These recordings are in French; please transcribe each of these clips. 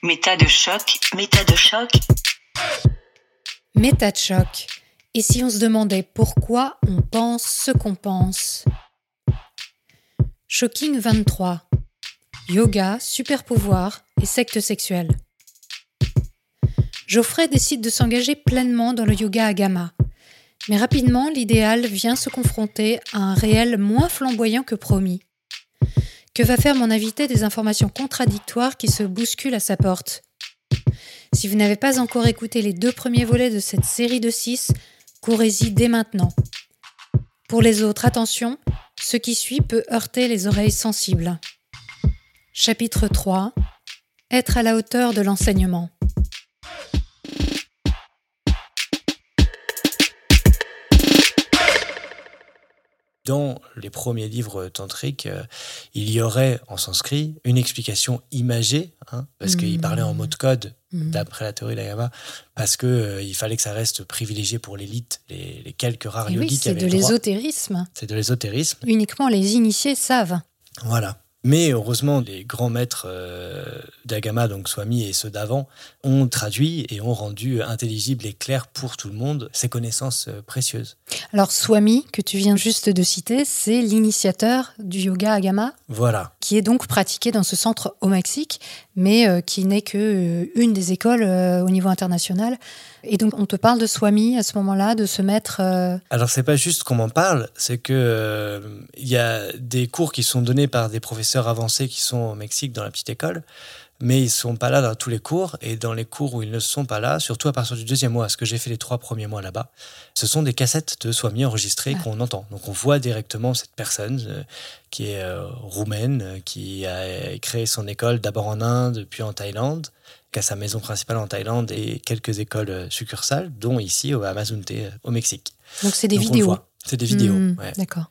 Méta de choc, méta de choc. Méta de choc. Et si on se demandait pourquoi on pense ce qu'on pense? Shocking 23. Yoga, super pouvoir et secte sexuelle. Geoffrey décide de s'engager pleinement dans le yoga Agama. Mais rapidement, l'idéal vient se confronter à un réel moins flamboyant que promis. Que va faire mon invité des informations contradictoires qui se bousculent à sa porte? Si vous n'avez pas encore écouté les 2 premiers volets de cette série de 6, courez-y dès maintenant. Pour les autres, attention, ce qui suit peut heurter les oreilles sensibles. Chapitre 3. Être à la hauteur de l'enseignement. Dans les premiers livres tantriques, il y aurait en sanskrit une explication imagée, parce qu'il parlait en mot de code, d'après la théorie d'Agama, parce qu'il fallait que ça reste privilégié pour l'élite, les quelques rares yogis qui avaient le droit. C'est de l'ésotérisme. C'est de l'ésotérisme. Uniquement les initiés savent. Voilà. Mais heureusement, les grands maîtres d'Agama, donc Swami et ceux d'avant, ont traduit et ont rendu intelligible et clair pour tout le monde ces connaissances précieuses. Alors Swami, que tu viens juste de citer, c'est l'initiateur du yoga Agama. Voilà. Qui est donc pratiqué dans ce centre au Mexique, mais qui n'est qu'une des écoles au niveau international. Et donc, on te parle de Swami à ce moment-là, de ce maître... Alors, c'est pas juste qu'on m'en parle, c'est que il y a des cours qui sont donnés par des professeurs avancés qui sont au Mexique dans la petite école, mais ils sont pas là dans tous les cours, et dans les cours où ils ne sont pas là, surtout à partir du 2e mois, parce que j'ai fait les 3 premiers mois là-bas, ce sont des cassettes de Swami enregistrées qu'on entend. Donc on voit directement cette personne qui est roumaine, qui a créé son école d'abord en Inde, puis en Thaïlande, qui a sa maison principale en Thaïlande et quelques écoles succursales, dont ici au Amazunte, au Mexique. Donc c'est des vidéos. C'est des vidéos, ouais. D'accord.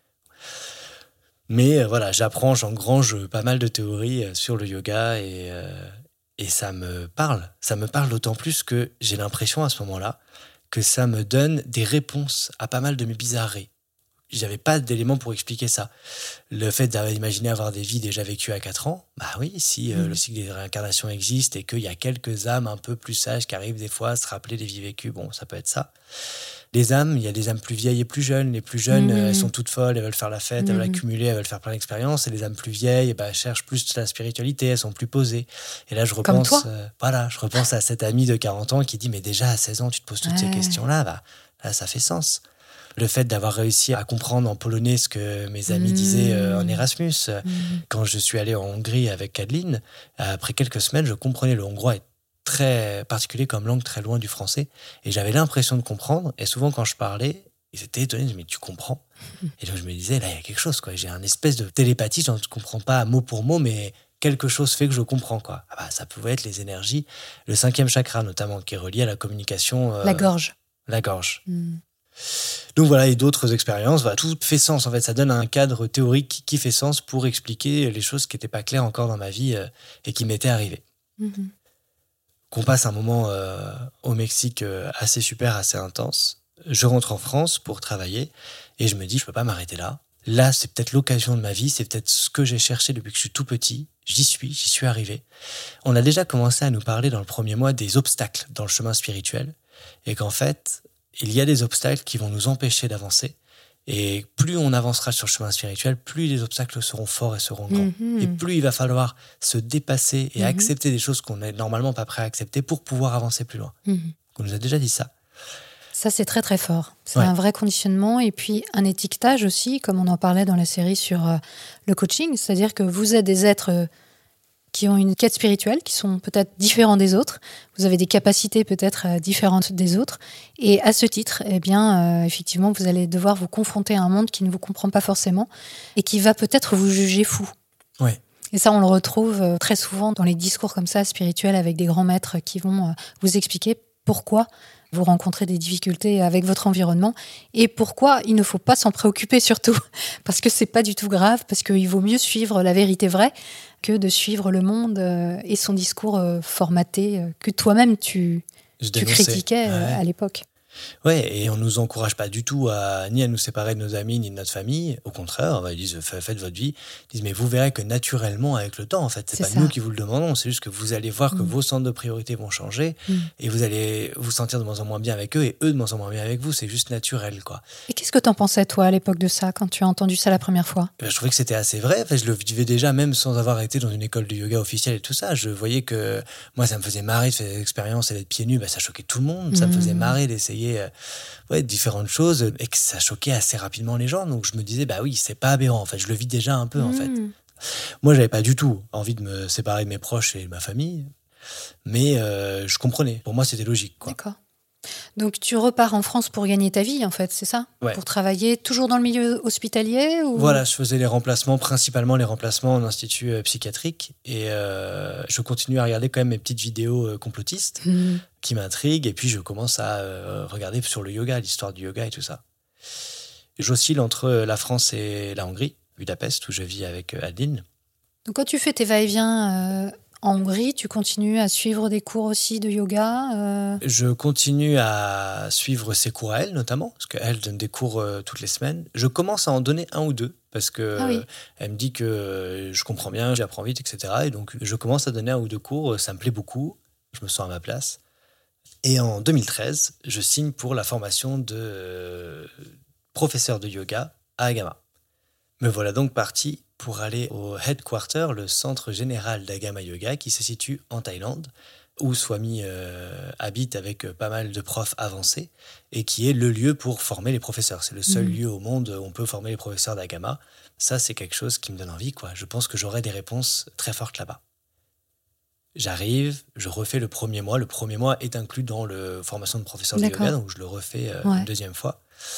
Mais voilà, j'engrange pas mal de théories sur le yoga et ça me parle. Ça me parle d'autant plus que j'ai l'impression à ce moment-là que ça me donne des réponses à pas mal de mes bizarreries. J'avais pas d'éléments pour expliquer ça. Le fait d'imaginer avoir des vies déjà vécues à 4 ans, bah oui, si le cycle des réincarnations existe et qu'il y a quelques âmes un peu plus sages qui arrivent des fois à se rappeler des vies vécues, bon, ça peut être ça. Les âmes, il y a des âmes plus vieilles et plus jeunes. Les plus jeunes, elles sont toutes folles, elles veulent faire la fête, elles veulent accumuler, elles veulent faire plein d'expériences. Et les âmes plus vieilles, elles cherchent plus la spiritualité, elles sont plus posées. Et là, je repense, je repense à cette amie de 40 ans qui dit, mais déjà à 16 ans, tu te poses toutes ces questions-là, bah, là, ça fait sens. Le fait d'avoir réussi à comprendre en polonais ce que mes amis disaient en Erasmus. Quand je suis allé en Hongrie avec Adeline, après quelques semaines, je comprenais le hongrois très particulier comme langue, très loin du français, et j'avais l'impression de comprendre, et souvent quand je parlais, ils étaient étonnés, mais tu comprends? Et donc je me disais, là il y a quelque chose, quoi. J'ai un espèce de télépathie, je ne comprends pas mot pour mot, mais quelque chose fait que je comprends, quoi. Ah bah, ça pouvait être les énergies, le 5e chakra notamment, qui est relié à la communication. La gorge. La gorge. Donc voilà, et d'autres expériences, voilà, tout fait sens en fait, ça donne un cadre théorique qui fait sens pour expliquer les choses qui n'étaient pas claires encore dans ma vie et qui m'étaient arrivées. Qu'on passe un moment au Mexique assez super, assez intense. Je rentre en France pour travailler et je me dis, je peux pas m'arrêter là. Là, c'est peut-être l'occasion de ma vie, c'est peut-être ce que j'ai cherché depuis que je suis tout petit. J'y suis arrivé. On a déjà commencé à nous parler dans le premier mois des obstacles dans le chemin spirituel et qu'en fait, il y a des obstacles qui vont nous empêcher d'avancer. Et plus on avancera sur le chemin spirituel, plus les obstacles seront forts et seront grands. Et plus il va falloir se dépasser et accepter des choses qu'on n'est normalement pas prêt à accepter pour pouvoir avancer plus loin. On nous a déjà dit ça. Ça, c'est très très fort. C'est un vrai conditionnement et puis un étiquetage aussi, comme on en parlait dans la série sur le coaching. C'est-à-dire que vous êtes des êtres qui ont une quête spirituelle, qui sont peut-être différents des autres. Vous avez des capacités peut-être différentes des autres. Et à ce titre, eh bien, effectivement, vous allez devoir vous confronter à un monde qui ne vous comprend pas forcément et qui va peut-être vous juger fou. Ouais. Et ça, on le retrouve très souvent dans les discours comme ça, spirituels, avec des grands maîtres qui vont vous expliquer pourquoi vous rencontrez des difficultés avec votre environnement et pourquoi il ne faut pas s'en préoccuper surtout. Parce que c'est pas du tout grave, parce qu'il vaut mieux suivre la vérité vraie que de suivre le monde et son discours formaté que toi-même tu critiquais à l'époque. Ouais, et on nous encourage pas du tout ni à nous séparer de nos amis, ni de notre famille. Au contraire, ils disent, faites votre vie. Ils disent, mais vous verrez que naturellement, avec le temps, en fait, c'est pas ça. nous qui vous le demandons, c'est juste que vous allez voir que vos centres de priorité vont changer et vous allez vous sentir de moins en moins bien avec eux et eux de moins en moins bien avec vous. C'est juste naturel, quoi. Et qu'est-ce que t'en pensais, toi, à l'époque de ça, quand tu as entendu ça la première fois? Je trouvais que c'était assez vrai. Enfin, je le vivais déjà, même sans avoir été dans une école de yoga officielle et tout ça. Je voyais que moi, ça me faisait marrer de faire des expériences et d'être pieds nus. Ça choquait tout le monde. Ça me faisait marrer d'essayer différentes choses et que ça choquait assez rapidement les gens. Donc, je me disais, oui, c'est pas aberrant. En fait, je le vis déjà un peu, en fait. Moi, j'avais pas du tout envie de me séparer de mes proches et de ma famille. Mais je comprenais. Pour moi, c'était logique, quoi. D'accord. Donc, tu repars en France pour gagner ta vie, en fait, c'est ça? Ouais. Pour travailler toujours dans le milieu hospitalier ou... Voilà, je faisais les remplacements, principalement les remplacements en institut psychiatrique. Et je continue à regarder quand même mes petites vidéos complotistes qui m'intriguent. Et puis, je commence à regarder sur le yoga, l'histoire du yoga et tout ça. J'oscille entre la France et la Hongrie, Budapest, où je vis avec Adeline. Donc, quand tu fais tes va-et-vient en Hongrie, tu continues à suivre des cours aussi de yoga Je continue à suivre ses cours à elle, notamment, parce qu'elle donne des cours toutes les semaines. Je commence à en donner un ou deux, parce que elle me dit que je comprends bien, j'apprends vite, etc. Et donc, je commence à donner un ou deux cours. Ça me plaît beaucoup. Je me sens à ma place. Et en 2013, je signe pour la formation de professeur de yoga à Agama. Me voilà donc parti pour aller au headquarter, le centre général d'Agama Yoga, qui se situe en Thaïlande, où Swami habite avec pas mal de profs avancés, et qui est le lieu pour former les professeurs. C'est le seul lieu au monde où on peut former les professeurs d'Agama. Ça, c'est quelque chose qui me donne envie, quoi. Je pense que j'aurai des réponses très fortes là-bas. J'arrive, je refais le premier mois. Le premier mois est inclus dans la formation de professeur de yoga, donc je le refais une deuxième fois.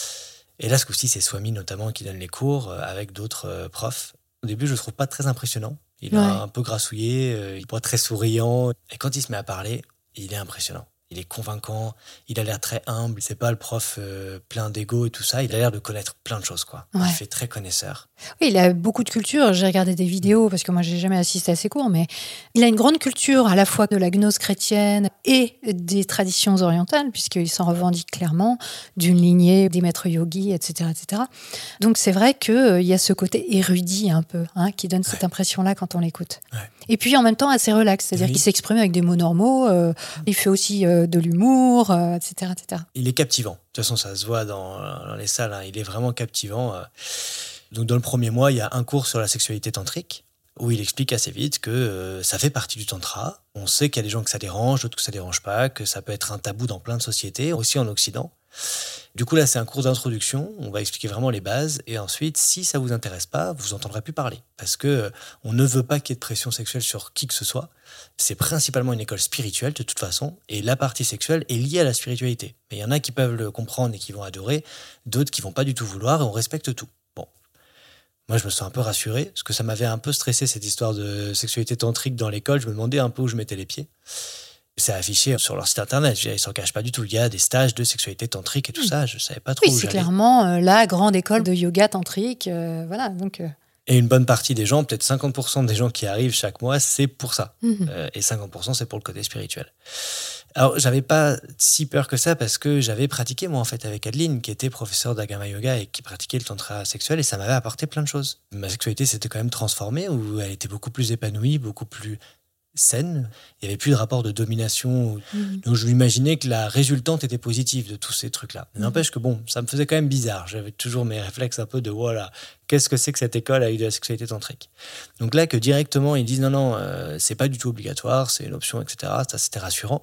Et là, ce coup-ci, c'est Swami notamment qui donne les cours avec d'autres profs. Au début, je le trouve pas très impressionnant. Il est un peu grassouillé, il n'est pas très souriant. Et quand il se met à parler, il est impressionnant. Il est convaincant, il a l'air très humble. C'est pas le prof plein d'ego et tout ça. Il a l'air de connaître plein de choses, quoi. Il fait très connaisseur. Oui, il a beaucoup de culture. J'ai regardé des vidéos parce que moi, j'ai jamais assisté à ses cours, mais il a une grande culture à la fois de la gnose chrétienne et des traditions orientales, puisqu'il s'en revendique clairement d'une lignée des maîtres yogis, etc., etc. Donc, c'est vrai qu'il y a ce côté érudit un peu, qui donne cette impression-là quand on l'écoute. Ouais. Et puis, en même temps, assez relax, c'est-à-dire qu'il s'exprime avec des mots normaux. Il fait aussi de l'humour, etc., etc. Il est captivant. De toute façon, ça se voit dans les salles. Il est vraiment captivant. Donc, dans le premier mois, il y a un cours sur la sexualité tantrique où il explique assez vite que ça fait partie du tantra. On sait qu'il y a des gens que ça dérange, d'autres que ça dérange pas, que ça peut être un tabou dans plein de sociétés, aussi en Occident. Du coup, là, c'est un cours d'introduction. On va expliquer vraiment les bases. Et ensuite, si ça vous intéresse pas, vous entendrez plus parler. Parce que on ne veut pas qu'il y ait de pression sexuelle sur qui que ce soit. C'est principalement une école spirituelle, de toute façon. Et la partie sexuelle est liée à la spiritualité. Mais il y en a qui peuvent le comprendre et qui vont adorer. D'autres qui vont pas du tout vouloir. Et on respecte tout. Bon. Moi, je me sens un peu rassuré. Parce que ça m'avait un peu stressé, cette histoire de sexualité tantrique dans l'école. Je me demandais un peu où je mettais les pieds. C'est affiché sur leur site internet. Ils ne s'en cachent pas du tout. Il y a des stages de sexualité tantrique et tout ça. Je ne savais pas trop où j'allais. Oui, c'est clairement la grande école de yoga tantrique. Voilà, donc... Et une bonne partie des gens, peut-être 50% des gens qui arrivent chaque mois, c'est pour ça. Et 50%, c'est pour le côté spirituel. Alors, j'avais pas si peur que ça parce que j'avais pratiqué, moi, en fait, avec Adeline, qui était professeure d'Agama Yoga et qui pratiquait le tantra sexuel, et ça m'avait apporté plein de choses. Ma sexualité s'était quand même transformée, où elle était beaucoup plus épanouie, beaucoup plus saine. Il n'y avait plus de rapport de domination. Donc, je m'imaginais que la résultante était positive de tous ces trucs-là. Mais n'empêche que, bon, ça me faisait quand même bizarre. J'avais toujours mes réflexes un peu de, voilà, qu'est-ce que c'est que cette école avec de la sexualité tantrique? Donc là, que directement, ils disent, non, c'est pas du tout obligatoire, c'est une option, etc. Ça, c'était rassurant.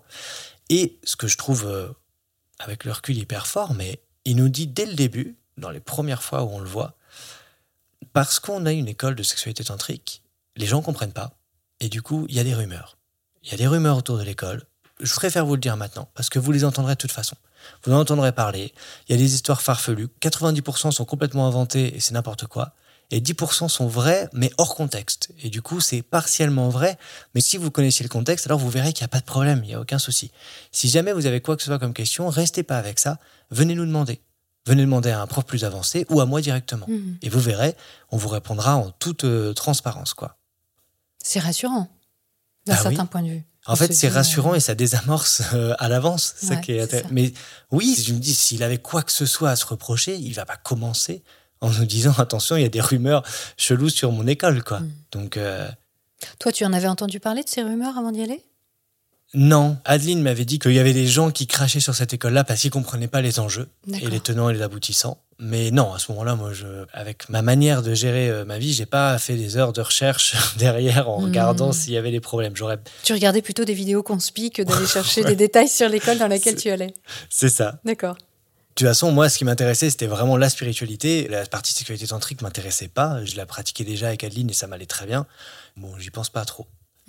Et ce que je trouve, avec le recul, hyper fort, mais il nous dit dès le début, dans les premières fois où on le voit, parce qu'on a une école de sexualité tantrique, les gens comprennent pas. Et du coup, il y a des rumeurs. Il y a des rumeurs autour de l'école. Je préfère vous le dire maintenant, parce que vous les entendrez de toute façon. Vous en entendrez parler. Il y a des histoires farfelues. 90% sont complètement inventées et c'est n'importe quoi. Et 10% sont vraies, mais hors contexte. Et du coup, c'est partiellement vrai. Mais si vous connaissiez le contexte, alors vous verrez qu'il n'y a pas de problème, il n'y a aucun souci. Si jamais vous avez quoi que ce soit comme question, restez pas avec ça. Venez nous demander. Venez demander à un prof plus avancé ou à moi directement. Et vous verrez, on vous répondra en toute transparence, quoi. C'est rassurant, d'un certain point de vue. En fait, c'est rassurant et ça désamorce à l'avance. C'est ça qui est ça. Mais oui, je me dis, s'il avait quoi que ce soit à se reprocher, il va pas commencer en nous disant, attention, il y a des rumeurs cheloues sur mon école, quoi. Donc, Toi, tu en avais entendu parler de ces rumeurs avant d'y aller ? non. Adeline m'avait dit qu'il y avait des gens qui crachaient sur cette école-là parce qu'ils comprenaient pas les enjeux et les tenants et les aboutissants. Mais non, à ce moment-là, moi, avec ma manière de gérer ma vie, j'ai pas fait des heures de recherche derrière en regardant s'il y avait des problèmes. Tu regardais plutôt des vidéos conspi que d'aller chercher des détails sur l'école dans laquelle tu allais. C'est ça. D'accord. De toute façon, moi, ce qui m'intéressait, c'était vraiment la spiritualité. La partie sexualité tantrique m'intéressait pas. Je la pratiquais déjà avec Adeline et ça m'allait très bien. Bon, j'y pense pas trop.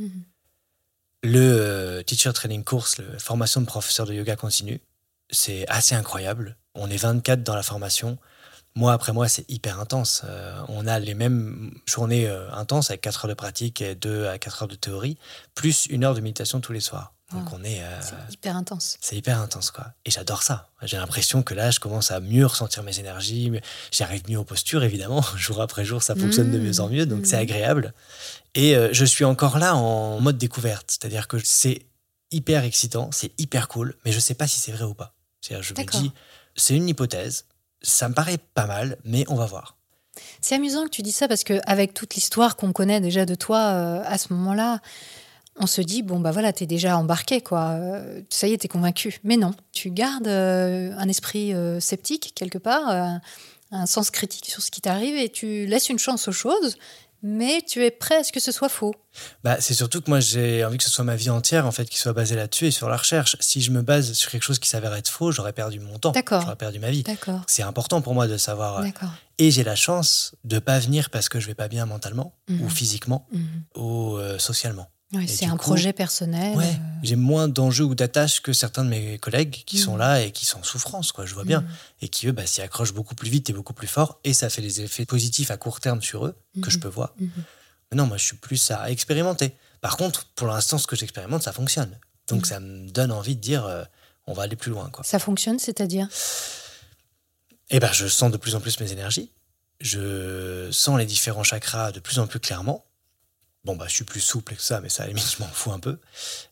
Le Teacher Training Course, la formation de professeur de yoga continu, c'est assez incroyable. On est 24 dans la formation. Mois après mois, c'est hyper intense. On a les mêmes journées intenses avec 4 heures de pratique et 2 à 4 heures de théorie, plus 1 heure de méditation tous les soirs. Donc on est... c'est hyper intense. C'est hyper intense, quoi. Et j'adore ça. J'ai l'impression que là, je commence à mieux ressentir mes énergies. J'arrive mieux aux postures, évidemment. Jour après jour, ça fonctionne de mieux en mieux. Donc c'est agréable. Et je suis encore là en mode découverte. C'est-à-dire que c'est hyper excitant, c'est hyper cool, mais je ne sais pas si c'est vrai ou pas. C'est-à-dire, je me dis, c'est une hypothèse. Ça me paraît pas mal, mais on va voir. C'est amusant que tu dis ça parce qu'avec toute l'histoire qu'on connaît déjà de toi à ce moment-là, on se dit, bon, bah voilà, t'es déjà embarqué, quoi. Ça y est, t'es convaincu. Mais non, tu gardes un esprit sceptique, quelque part, un sens critique sur ce qui t'arrive et tu laisses une chance aux choses, mais tu es prêt à ce que ce soit faux. Bah, c'est surtout que moi, j'ai envie que ce soit ma vie entière, en fait, qui soit basée là-dessus et sur la recherche. Si je me base sur quelque chose qui s'avère être faux, j'aurais perdu mon temps. J'aurais perdu ma vie. D'accord. C'est important pour moi de savoir. D'accord. Et j'ai la chance de pas venir parce que je vais pas bien mentalement ou physiquement ou socialement. Ouais, c'est un projet personnel. Ouais, j'ai moins d'enjeux ou d'attaches que certains de mes collègues qui sont là et qui sont en souffrance, quoi, je vois bien. Et qui, eux, s'y accrochent beaucoup plus vite et beaucoup plus fort. Et ça fait des effets positifs à court terme sur eux, que je peux voir. Mais non, moi, je suis plus à expérimenter. Par contre, pour l'instant, ce que j'expérimente, ça fonctionne. Donc, ça me donne envie de dire, on va aller plus loin, quoi. Ça fonctionne, c'est-à-dire ? Eh ben, je sens de plus en plus mes énergies. Je sens les différents chakras de plus en plus clairement. Bon, je suis plus souple et tout ça, mais ça, à la limite, je m'en fous un peu.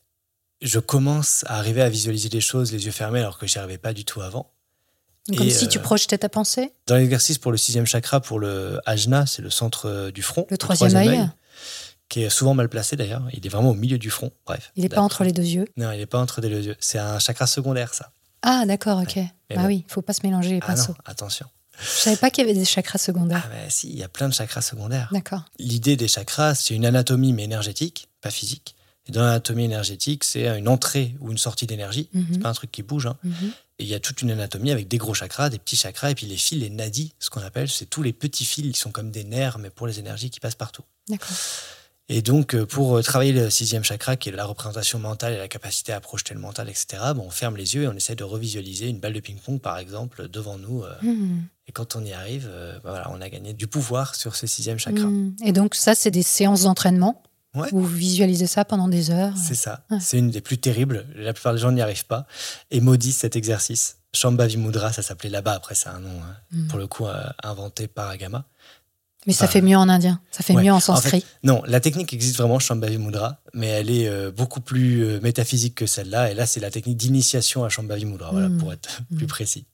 Je commence à arriver à visualiser les choses les yeux fermés alors que j'y arrivais pas du tout avant. Comme si tu projetais ta pensée ? Dans l'exercice pour le 6e chakra, pour le Ajna, c'est le centre du front. Le troisième œil. Qui est souvent mal placé d'ailleurs. Il est vraiment au milieu du front. Bref. Il n'est pas entre les deux yeux ? Non, il n'est pas entre les deux yeux. C'est un chakra secondaire, ça. Ah, d'accord, ok. Oui, il ne faut pas se mélanger les pinceaux. Non, attention. Je ne savais pas qu'il y avait des chakras secondaires. Ah, mais si, il y a plein de chakras secondaires. D'accord. L'idée des chakras, c'est une anatomie, mais énergétique, pas physique. Et dans l'anatomie énergétique, c'est une entrée ou une sortie d'énergie. C'est pas un truc qui bouge. Et il y a toute une anatomie avec des gros chakras, des petits chakras, et puis les fils, les nadis, ce qu'on appelle, c'est tous les petits fils qui sont comme des nerfs, mais pour les énergies qui passent partout. D'accord. Et donc, pour travailler le 6e chakra, qui est la représentation mentale et la capacité à projeter le mental, etc., on ferme les yeux et on essaie de revisualiser une balle de ping-pong, par exemple, devant nous. Et quand on y arrive, voilà, on a gagné du pouvoir sur ce 6e chakra. Et donc, ça, c'est des séances d'entraînement. Ouais. Vous visualisez ça pendant des heures. C'est ça. Ouais. C'est une des plus terribles. La plupart des gens n'y arrivent pas et maudissent cet exercice. Shambhavi Mudra, ça s'appelait là-bas. Après, c'est un nom, pour le coup, inventé par Agama. Mais ça fait mieux en indien, ça fait mieux en sanskrit. En fait, non, la technique existe vraiment, Shambhavi Mudra, mais elle est beaucoup plus métaphysique que celle-là. Et là, c'est la technique d'initiation à Shambhavi Mudra, voilà, pour être plus précis.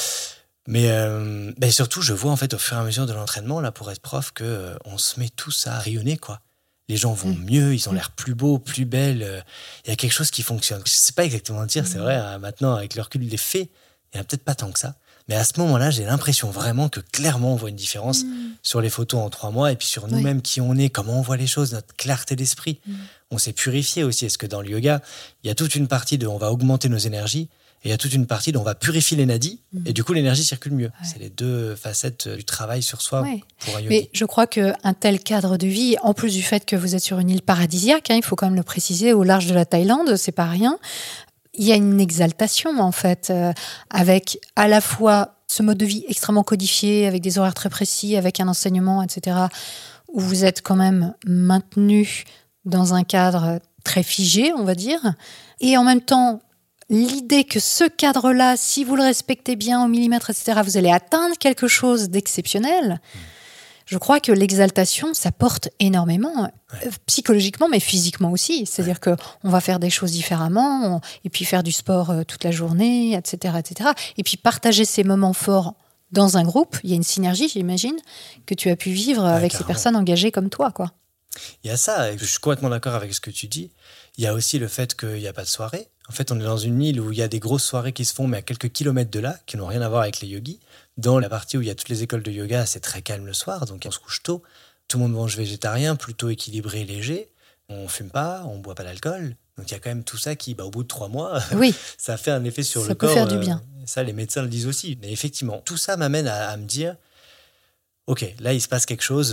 Mais surtout, je vois en fait au fur et à mesure de l'entraînement, là, pour être prof, qu'on se met tous à rayonner, quoi. Les gens vont mieux, ils ont l'air plus beaux, plus belles. Il y a quelque chose qui fonctionne. Je ne sais pas exactement dire, c'est vrai, maintenant, avec le recul des faits, il n'y en a peut-être pas tant que ça. Mais à ce moment-là, j'ai l'impression vraiment que clairement, on voit une différence sur les photos en 3 mois et puis sur nous-mêmes, qui on est, comment on voit les choses, notre clarté d'esprit. On s'est purifié aussi. Est-ce que dans le yoga, il y a toute une partie de on va augmenter nos énergies et il y a toute une partie de on va purifier les nadis et du coup, l'énergie circule mieux. Ouais. C'est les deux facettes du travail sur soi pour un yogi. Mais je crois qu'un tel cadre de vie, en plus du fait que vous êtes sur une île paradisiaque, il faut quand même le préciser, au large de la Thaïlande, c'est pas rien. Il y a une exaltation, en fait, avec à la fois ce mode de vie extrêmement codifié, avec des horaires très précis, avec un enseignement, etc., où vous êtes quand même maintenu dans un cadre très figé, on va dire. Et en même temps, l'idée que ce cadre-là, si vous le respectez bien au millimètre, etc., vous allez atteindre quelque chose d'exceptionnel. Je crois que l'exaltation, ça porte énormément, psychologiquement, mais physiquement aussi. C'est-à-dire qu'on va faire des choses différemment, et puis faire du sport toute la journée, etc., etc. Et puis partager ces moments forts dans un groupe, il y a une synergie, j'imagine, que tu as pu vivre avec ces personnes engagées comme toi, quoi. Il y a ça, je suis complètement d'accord avec ce que tu dis. Il y a aussi le fait qu'il n'y a pas de soirée. En fait, on est dans une île où il y a des grosses soirées qui se font, mais à quelques kilomètres de là, qui n'ont rien à voir avec les yogis. Dans la partie où il y a toutes les écoles de yoga, c'est très calme le soir, donc on se couche tôt. Tout le monde mange végétarien, plutôt équilibré et léger. On ne fume pas, on ne boit pas d'alcool. Donc il y a quand même tout ça qui, au bout de 3 mois, oui. ça fait un effet sur le corps. Ça peut faire du bien. Ça, les médecins le disent aussi. Mais effectivement, tout ça m'amène à me dire, ok, là, il se passe quelque chose.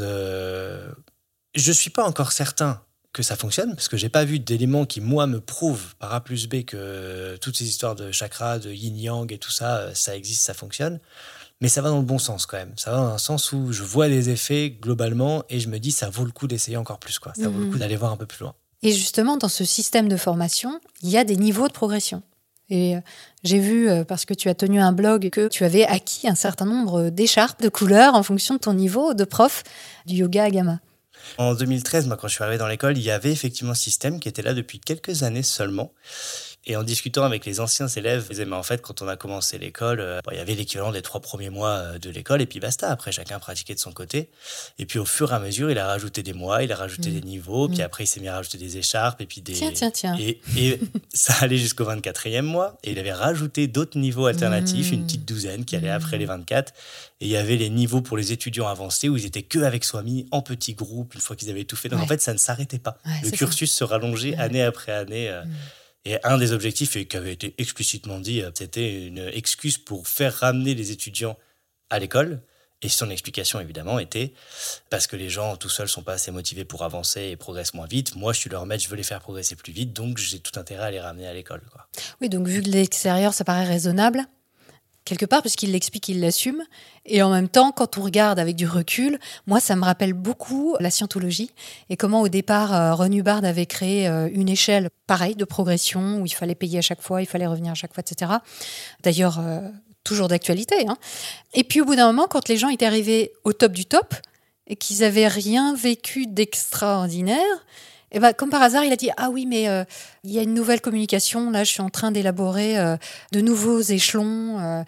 Je ne suis pas encore certain que ça fonctionne, parce que je n'ai pas vu d'éléments qui, moi, me prouvent par A plus B que toutes ces histoires de chakras, de yin-yang et tout ça, ça existe, ça fonctionne. Mais ça va dans le bon sens quand même. Ça va dans un sens où je vois les effets globalement et je me dis ça vaut le coup d'essayer encore plus, quoi. Ça vaut le coup d'aller voir un peu plus loin. Et justement, dans ce système de formation, il y a des niveaux de progression. Et j'ai vu, parce que tu as tenu un blog, que tu avais acquis un certain nombre d'écharpes de couleurs en fonction de ton niveau de prof du yoga à Gamma. En 2013, moi, quand je suis arrivé dans l'école, il y avait effectivement un système qui était là depuis quelques années seulement. Et en discutant avec les anciens élèves, ils disaient, mais en fait, quand on a commencé l'école, il y avait l'équivalent des 3 premiers mois de l'école, et puis basta. Après, chacun pratiquait de son côté. Et puis, au fur et à mesure, il a rajouté des mois, il a rajouté des niveaux, puis après, il s'est mis à rajouter des écharpes, et puis des... Tiens. Et ça allait jusqu'au 24e mois, et il avait rajouté d'autres niveaux alternatifs, une petite douzaine qui allait après les 24. Et il y avait les niveaux pour les étudiants avancés, où ils étaient que avec Swami, en petits groupes, une fois qu'ils avaient tout fait. Donc, en fait, ça ne s'arrêtait pas. Le cursus se rallongeait année après année. Et un des objectifs, et qui avait été explicitement dit, c'était une excuse pour faire ramener les étudiants à l'école. Et son explication, évidemment, était parce que les gens tout seuls ne sont pas assez motivés pour avancer et progressent moins vite. Moi, je suis leur maître, je veux les faire progresser plus vite, donc j'ai tout intérêt à les ramener à l'école, quoi. Oui, donc vu de l'extérieur, ça paraît raisonnable, quelque part, parce qu'il l'explique, il l'assume. Et en même temps, quand on regarde avec du recul, moi, ça me rappelle beaucoup la scientologie et comment, au départ, Ron Hubbard avait créé une échelle, pareille, de progression, où il fallait payer à chaque fois, il fallait revenir à chaque fois, etc. D'ailleurs, toujours d'actualité, hein. Et puis, au bout d'un moment, quand les gens étaient arrivés au top du top et qu'ils n'avaient rien vécu d'extraordinaire, et ben, comme par hasard, il a dit « Ah oui, mais il y a une nouvelle communication, là, je suis en train d'élaborer de nouveaux échelons. »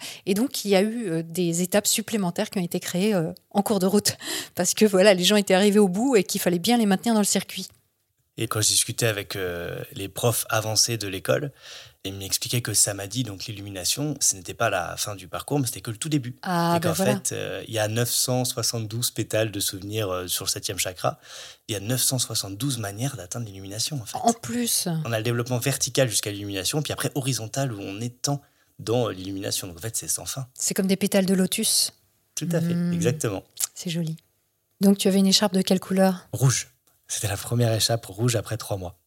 Et donc, il y a eu des étapes supplémentaires qui ont été créées en cours de route. Parce que voilà, les gens étaient arrivés au bout et qu'il fallait bien les maintenir dans le circuit. Et quand je discutais avec les profs avancés de l'école, ils m'expliquaient que samadhi, donc l'illumination, ce n'était pas la fin du parcours, mais c'était que le tout début. Et qu'en fait, il y a 972 pétales de souvenirs sur le 7e chakra. Il y a 972 manières d'atteindre l'illumination, en fait. En plus. On a le développement vertical jusqu'à l'illumination, puis après horizontal où on étend dans l'illumination. Donc en fait, c'est sans fin. C'est comme des pétales de lotus. Tout à fait, exactement. C'est joli. Donc tu avais une écharpe de quelle couleur ? Rouge. C'était la première écharpe rouge après 3 mois.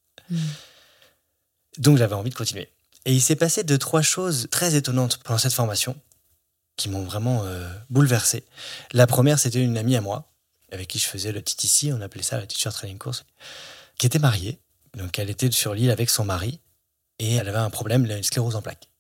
Donc j'avais envie de continuer. Et il s'est passé 2-3 choses très étonnantes pendant cette formation qui m'ont vraiment bouleversé. La première, c'était une amie à moi, avec qui je faisais le TTC, on appelait ça le Teacher Training Course, qui était mariée. Donc elle était sur l'île avec son mari et elle avait un problème, une sclérose en plaques.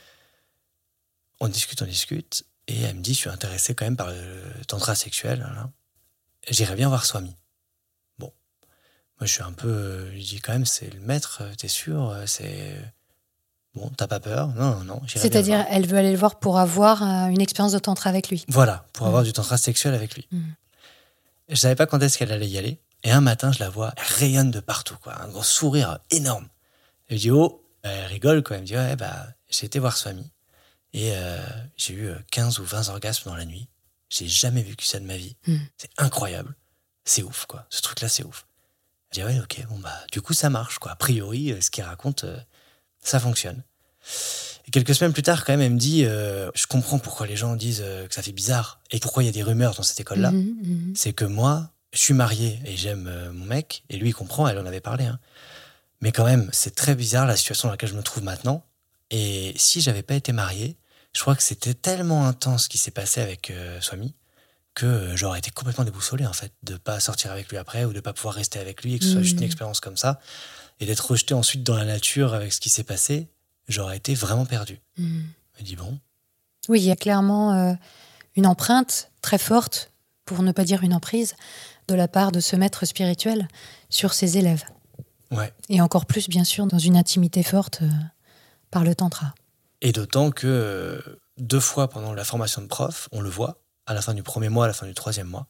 On discute, et elle me dit, je suis intéressée quand même par le tantra sexuel. Là. J'irais bien voir Swami. Bon, moi je suis un peu, je dis quand même, c'est le maître, t'es sûr, c'est... Bon, t'as pas peur ? Non, j'irai bien. C'est-à-dire, elle veut aller le voir pour avoir une expérience de tantra avec lui. Voilà, pour avoir du tantra sexuel avec lui. Je savais pas quand est-ce qu'elle allait y aller. Et un matin, je la vois, elle rayonne de partout, quoi. Un gros sourire énorme. Elle me dit, elle rigole, quoi. Elle me dit, j'ai été voir Swami. Et j'ai eu 15 ou 20 orgasmes dans la nuit. J'ai jamais vécu ça de ma vie. C'est incroyable. C'est ouf, quoi. Ce truc-là, c'est ouf. Je dis, ok, du coup, ça marche, quoi. A priori, ce qu'il raconte... ça fonctionne. Et quelques semaines plus tard, quand même, elle me dit je comprends pourquoi les gens disent que ça fait bizarre et pourquoi il y a des rumeurs dans cette école-là. C'est que moi, je suis marié et j'aime mon mec, et lui, il comprend, elle en avait parlé. Hein. Mais quand même, c'est très bizarre la situation dans laquelle je me trouve maintenant. Et si j'avais pas été marié, je crois que c'était tellement intense ce qui s'est passé avec Swami que j'aurais été complètement déboussolé, en fait, de pas sortir avec lui après ou de pas pouvoir rester avec lui et que ce soit juste une expérience comme ça. Et d'être rejeté ensuite dans la nature avec ce qui s'est passé, j'aurais été vraiment perdu. Je me dis bon. Oui, il y a clairement une empreinte très forte pour ne pas dire une emprise, de la part de ce maître spirituel sur ses élèves. Ouais. Et encore plus, bien sûr, dans une intimité forte par le tantra. Et d'autant que 2 fois pendant la formation de prof, on le voit, à la fin du 1er mois, à la fin du 3e mois.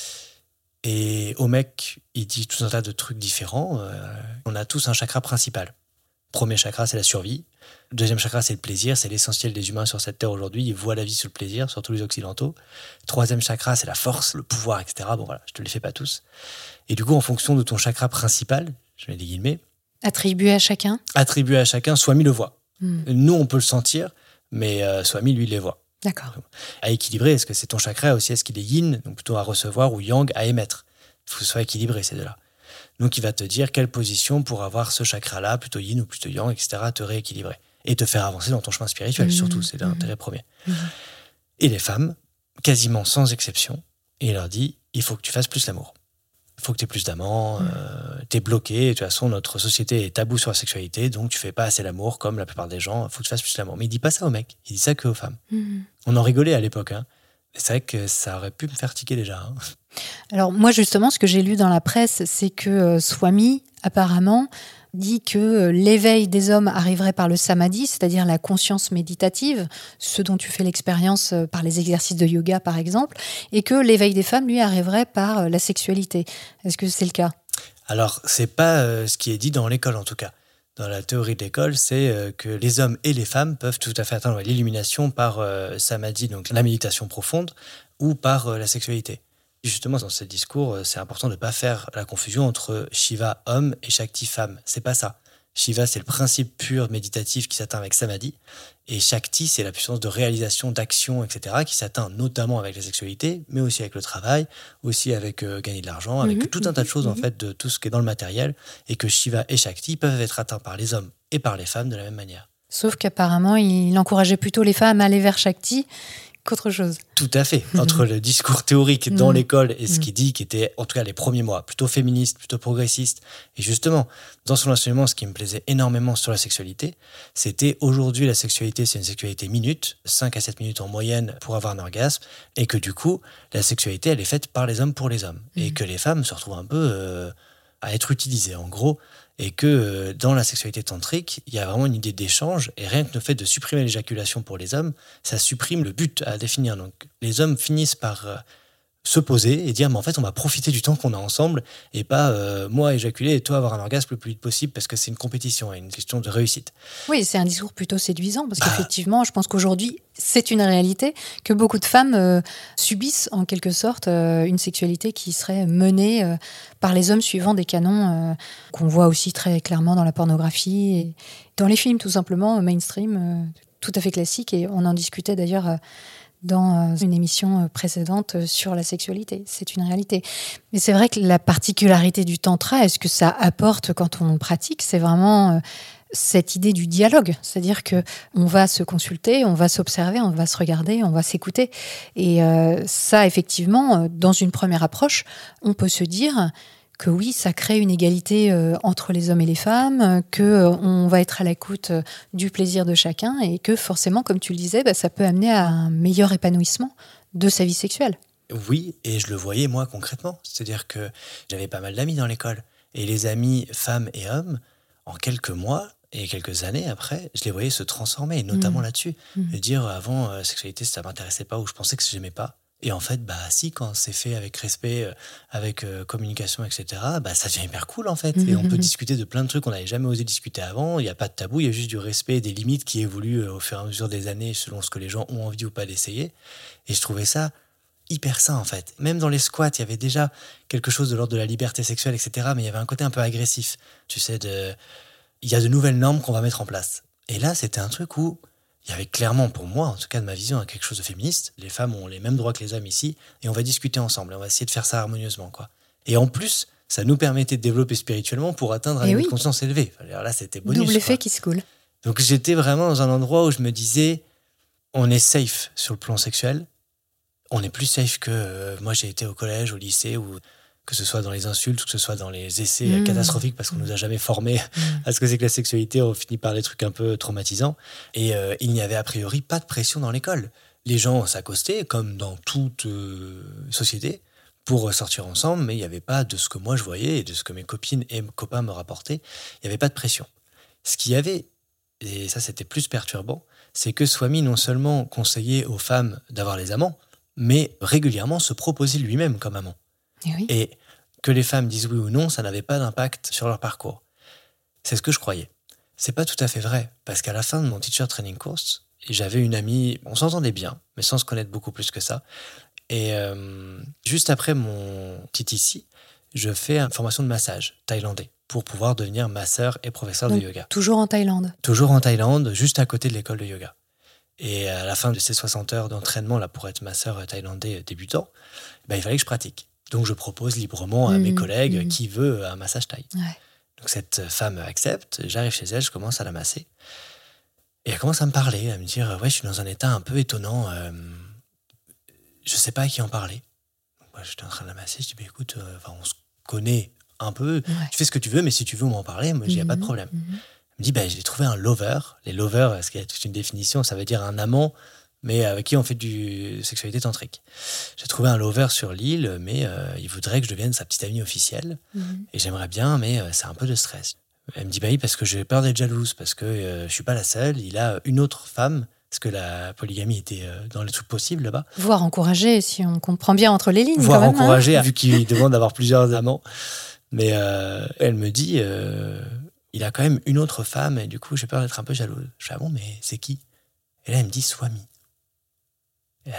Et au mec, il dit tout un tas de trucs différents. On a tous un chakra principal. Premier chakra, c'est la survie. Le 2e chakra, c'est le plaisir. C'est l'essentiel des humains sur cette terre aujourd'hui. Ils voient la vie sur le plaisir, surtout les occidentaux. 3e chakra, c'est la force, le pouvoir, etc. Bon voilà, je te les fais pas tous. Et du coup, en fonction de ton chakra principal, je mets des guillemets, Attribué à chacun. Swami le voit. Nous, on peut le sentir, mais Swami, lui, il les voit. D'accord. À équilibrer, est-ce que c'est ton chakra aussi, est-ce qu'il est yin, donc plutôt à recevoir, ou yang, à émettre? Il faut que ce soit équilibré, ces deux-là. Donc il va te dire quelle position pour avoir ce chakra-là, plutôt yin ou plutôt yang, etc., te rééquilibrer. Et te faire avancer dans ton chemin spirituel, surtout, c'est l'intérêt premier. Et les femmes, quasiment sans exception, il leur dit, il faut que tu fasses plus l'amour. Il faut que tu aies plus d'amants, t'es bloqué, de toute façon notre société est taboue sur la sexualité, donc tu fais pas assez l'amour comme la plupart des gens, il faut que tu fasses plus l'amour. Mais il dit pas ça aux mecs, il dit ça qu'aux femmes. On en rigolait à l'époque, hein. C'est vrai que ça aurait pu me faire tiquer déjà. Hein. Alors moi justement, ce que j'ai lu dans la presse, c'est que Swami, apparemment, dit que l'éveil des hommes arriverait par le samadhi, c'est-à-dire la conscience méditative, ce dont tu fais l'expérience par les exercices de yoga par exemple, et que l'éveil des femmes, lui, arriverait par la sexualité. Est-ce que c'est le cas ? Alors, c'est pas ce qui est dit dans l'école en tout cas. Dans la théorie de l'école, c'est que les hommes et les femmes peuvent tout à fait atteindre l'illumination par samadhi, donc la méditation profonde, ou par la sexualité. Justement, dans ce discours, c'est important de ne pas faire la confusion entre Shiva, homme, et Shakti, femme. C'est pas ça. Shiva, c'est le principe pur méditatif qui s'atteint avec samadhi, et Shakti, c'est la puissance de réalisation, d'action, etc., qui s'atteint notamment avec la sexualité, mais aussi avec le travail, aussi avec gagner de l'argent, avec tout un tas de choses, en fait, de tout ce qui est dans le matériel, et que Shiva et Shakti peuvent être atteints par les hommes et par les femmes de la même manière. Sauf qu'apparemment, il encourageait plutôt les femmes à aller vers Shakti qu'autre chose. Tout à fait. Entre le discours théorique dans l'école et ce qu'il dit, qui était, en tout cas les premiers mois, plutôt féministe, plutôt progressiste. Et justement, dans son enseignement, ce qui me plaisait énormément sur la sexualité, c'était aujourd'hui, la sexualité, c'est une sexualité minute, 5 à 7 minutes en moyenne pour avoir un orgasme, et que du coup, la sexualité, elle est faite par les hommes pour les hommes. Et que les femmes se retrouvent un peu à être utilisées, en gros. Et que dans la sexualité tantrique, il y a vraiment une idée d'échange, et rien que le fait de supprimer l'éjaculation pour les hommes, ça supprime le but à définir. Donc les hommes finissent par se poser et dire, mais en fait, on va profiter du temps qu'on a ensemble, et pas moi éjaculer et toi avoir un orgasme le plus vite possible, parce que c'est une compétition et une question de réussite. Oui, c'est un discours plutôt séduisant, parce qu'effectivement, je pense qu'aujourd'hui, c'est une réalité que beaucoup de femmes subissent en quelque sorte une sexualité qui serait menée par les hommes suivant des canons qu'on voit aussi très clairement dans la pornographie et dans les films tout simplement mainstream, tout à fait classiques, et on en discutait d'ailleurs dans une émission précédente sur la sexualité. C'est une réalité. Mais c'est vrai que la particularité du tantra, est-ce que ça apporte quand on pratique, c'est vraiment cette idée du dialogue. C'est-à-dire qu'on va se consulter, on va s'observer, on va se regarder, on va s'écouter. Et ça, effectivement, dans une première approche, on peut se dire que oui, ça crée une égalité entre les hommes et les femmes, qu'on va être à l'écoute du plaisir de chacun, et que forcément, comme tu le disais, ça peut amener à un meilleur épanouissement de sa vie sexuelle. Oui, et je le voyais moi concrètement. C'est-à-dire que j'avais pas mal d'amis dans l'école. Et les amis femmes et hommes, en quelques mois et quelques années après, je les voyais se transformer, notamment là-dessus. De dire, avant, la sexualité, ça m'intéressait pas, ou je pensais que j'aimais pas. Et en fait, si, quand c'est fait avec respect, avec communication, etc., ça devient hyper cool, en fait. Et on peut discuter de plein de trucs qu'on n'avait jamais osé discuter avant. Il n'y a pas de tabou, il y a juste du respect et des limites qui évoluent au fur et à mesure des années, selon ce que les gens ont envie ou pas d'essayer. Et je trouvais ça hyper sain, en fait. Même dans les squats, il y avait déjà quelque chose de l'ordre de la liberté sexuelle, etc., mais il y avait un côté un peu agressif. Tu sais, il y a de nouvelles normes qu'on va mettre en place. Et là, c'était un truc où il y avait clairement, pour moi, en tout cas de ma vision, quelque chose de féministe. Les femmes ont les mêmes droits que les hommes ici, et on va discuter ensemble, et on va essayer de faire ça harmonieusement, quoi. Et en plus, ça nous permettait de développer spirituellement pour atteindre un niveau de conscience élevé. Alors là, c'était bonus. Double effet qui se coule. Donc j'étais vraiment dans un endroit où je me disais, on est safe sur le plan sexuel. On est plus safe que moi j'ai été au collège, au lycée, ou que ce soit dans les insultes, que ce soit dans les essais catastrophiques, parce qu'on nous a jamais formés à ce que c'est que la sexualité. On finit par des trucs un peu traumatisants. Et il n'y avait a priori pas de pression dans l'école. Les gens s'accostaient, comme dans toute société, pour sortir ensemble, mais il n'y avait pas, de ce que moi je voyais et de ce que mes copines et mes copains me rapportaient, il n'y avait pas de pression. Ce qu'il y avait, et ça c'était plus perturbant, c'est que Swami non seulement conseillait aux femmes d'avoir les amants, mais régulièrement se proposait lui-même comme amant. Et que les femmes disent oui ou non, ça n'avait pas d'impact sur leur parcours. C'est ce que je croyais. C'est pas tout à fait vrai, parce qu'à la fin de mon teacher training course, j'avais une amie, on s'entendait bien, mais sans se connaître beaucoup plus que ça. Et juste après mon TTC, je fais une formation de massage thaïlandais pour pouvoir devenir masseur et professeur de yoga. Toujours en Thaïlande. Toujours en Thaïlande, juste à côté de l'école de yoga. Et à la fin de ces 60 heures d'entraînement là, pour être masseur thaïlandais débutant, il fallait que je pratique. Donc je propose librement à mes collègues qui veut un massage thaï. Ouais. Donc cette femme accepte, j'arrive chez elle, je commence à la masser. Et elle commence à me parler, à me dire « Ouais, je suis dans un état un peu étonnant, je sais pas à qui en parler. » Moi, j'étais en train de la masser, je dis « Écoute, on se connaît un peu, tu fais ce que tu veux, mais si tu veux m'en parler, moi, il n'y a pas de problème. » Elle me dit « J'ai trouvé un lover. » Les lovers, parce qu'il y a toute une définition, ça veut dire un amant, mais avec qui on fait du sexualité tantrique. J'ai trouvé un lover sur l'île, mais il voudrait que je devienne sa petite amie officielle. Et j'aimerais bien, mais c'est un peu de stress. Elle me dit oui, parce que j'ai peur d'être jalouse, parce que je suis pas la seule. Il a une autre femme, parce que la polygamie était dans les trucs possibles là-bas. Voire encourager, si on comprend bien entre les lignes. Voire quand même, encourager, vu qu'il demande d'avoir plusieurs amants. Mais elle me dit, il a quand même une autre femme, et du coup, j'ai peur d'être un peu jalouse. Je fais, ah bon, mais c'est qui? Et là, elle me dit, Swami. Et là,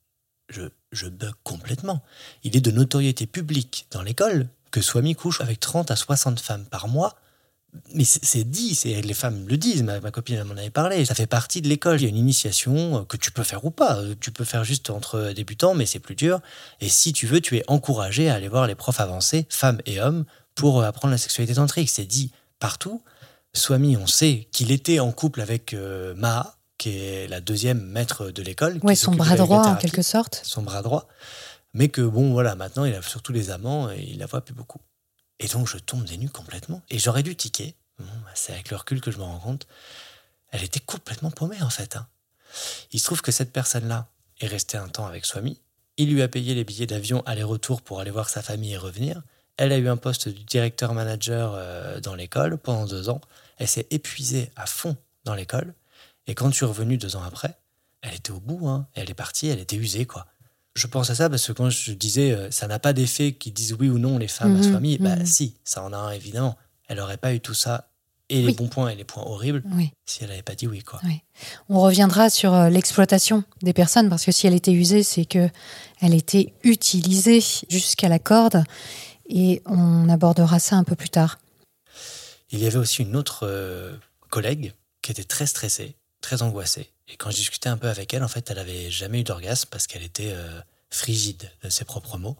je bug complètement. Il est de notoriété publique dans l'école que Swami couche avec 30 à 60 femmes par mois. Mais c'est dit, les femmes le disent, ma copine elle m'en avait parlé, ça fait partie de l'école. Il y a une initiation que tu peux faire ou pas, tu peux faire juste entre débutants, mais c'est plus dur. Et si tu veux, tu es encouragé à aller voir les profs avancés, femmes et hommes, pour apprendre la sexualité tantrique. C'est dit partout. Swami, on sait qu'il était en couple avec Maha, qui est la deuxième maître de l'école. Oui, son bras droit en quelque sorte. Son bras droit. Mais que bon, voilà, maintenant il a surtout les amants et il la voit plus beaucoup. Et donc, je tombe des nues complètement. Et j'aurais dû tiquer. Bon, c'est avec le recul que je me rends compte. Elle était complètement paumée, en fait. Il se trouve que cette personne-là est restée un temps avec Swami. Il lui a payé les billets d'avion aller-retour pour aller voir sa famille et revenir. Elle a eu un poste de directeur-manager dans l'école pendant 2 ans. Elle s'est épuisée à fond dans l'école. Et quand je suis revenu 2 ans après, elle était au bout. Elle est partie, elle était usée, quoi. Je pense à ça parce que quand je disais ça n'a pas d'effet qu'ils disent oui ou non les femmes à Swami, si, ça en a un évidemment. Elle n'aurait pas eu tout ça, et les bons points et les points horribles, si elle n'avait pas dit oui, quoi. Oui. On reviendra sur l'exploitation des personnes, parce que si elle était usée, c'est qu'elle était utilisée jusqu'à la corde, et on abordera ça un peu plus tard. Il y avait aussi une autre collègue qui était très stressée, très angoissée. Et quand je discutais un peu avec elle, en fait, elle n'avait jamais eu d'orgasme parce qu'elle était frigide de ses propres mots.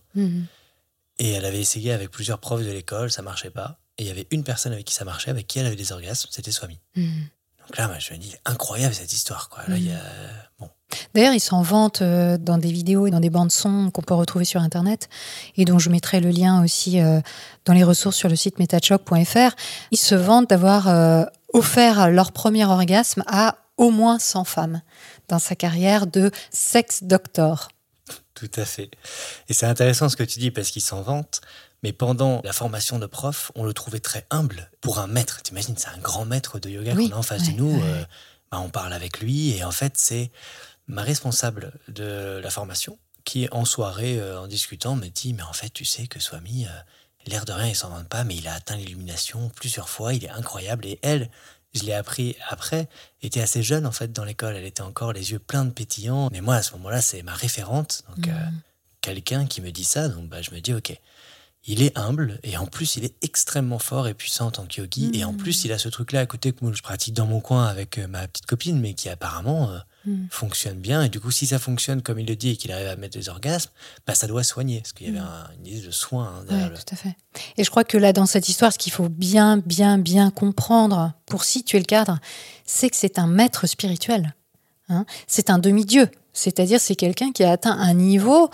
Et elle avait essayé avec plusieurs profs de l'école, ça ne marchait pas. Et il y avait une personne avec qui ça marchait, avec qui elle avait des orgasmes, c'était Swami. Donc là, moi, je me dis, incroyable cette histoire, quoi. Là, il y a... Bon. D'ailleurs, ils s'en vantent dans des vidéos et dans des bandes-sons qu'on peut retrouver sur Internet, et dont je mettrai le lien aussi dans les ressources sur le site metachoc.fr. Ils se vantent d'avoir offert leur premier orgasme à au moins 100 femmes dans sa carrière de sex doctor. Tout à fait. Et c'est intéressant ce que tu dis parce qu'il s'en vante, mais pendant la formation de prof, on le trouvait très humble pour un maître. T'imagines, c'est un grand maître de yoga qu'on a en face de nous. On parle avec lui et en fait, c'est ma responsable de la formation qui, en soirée, en discutant, me dit « Mais en fait, tu sais que Swami, l'air de rien, il s'en vante pas, mais il a atteint l'illumination plusieurs fois, il est incroyable. » Et elle, je l'ai appris après, était assez jeune en fait dans l'école. Elle était encore les yeux pleins de pétillants. Mais moi, à ce moment-là, c'est ma référente. Donc, quelqu'un qui me dit ça, donc je me dis, ok, il est humble et en plus, il est extrêmement fort et puissant en tant que yogi. Et en plus, il a ce truc-là à côté que moi, je pratique dans mon coin avec ma petite copine, mais qui apparemment fonctionne bien. Et du coup, si ça fonctionne comme il le dit et qu'il arrive à mettre des orgasmes, ça doit soigner. Parce qu'il y avait une idée de soin derrière tout à fait. Et je crois que là, dans cette histoire, ce qu'il faut bien comprendre pour situer le cadre, c'est que c'est un maître spirituel. C'est un demi-dieu. C'est-à-dire, c'est quelqu'un qui a atteint un niveau,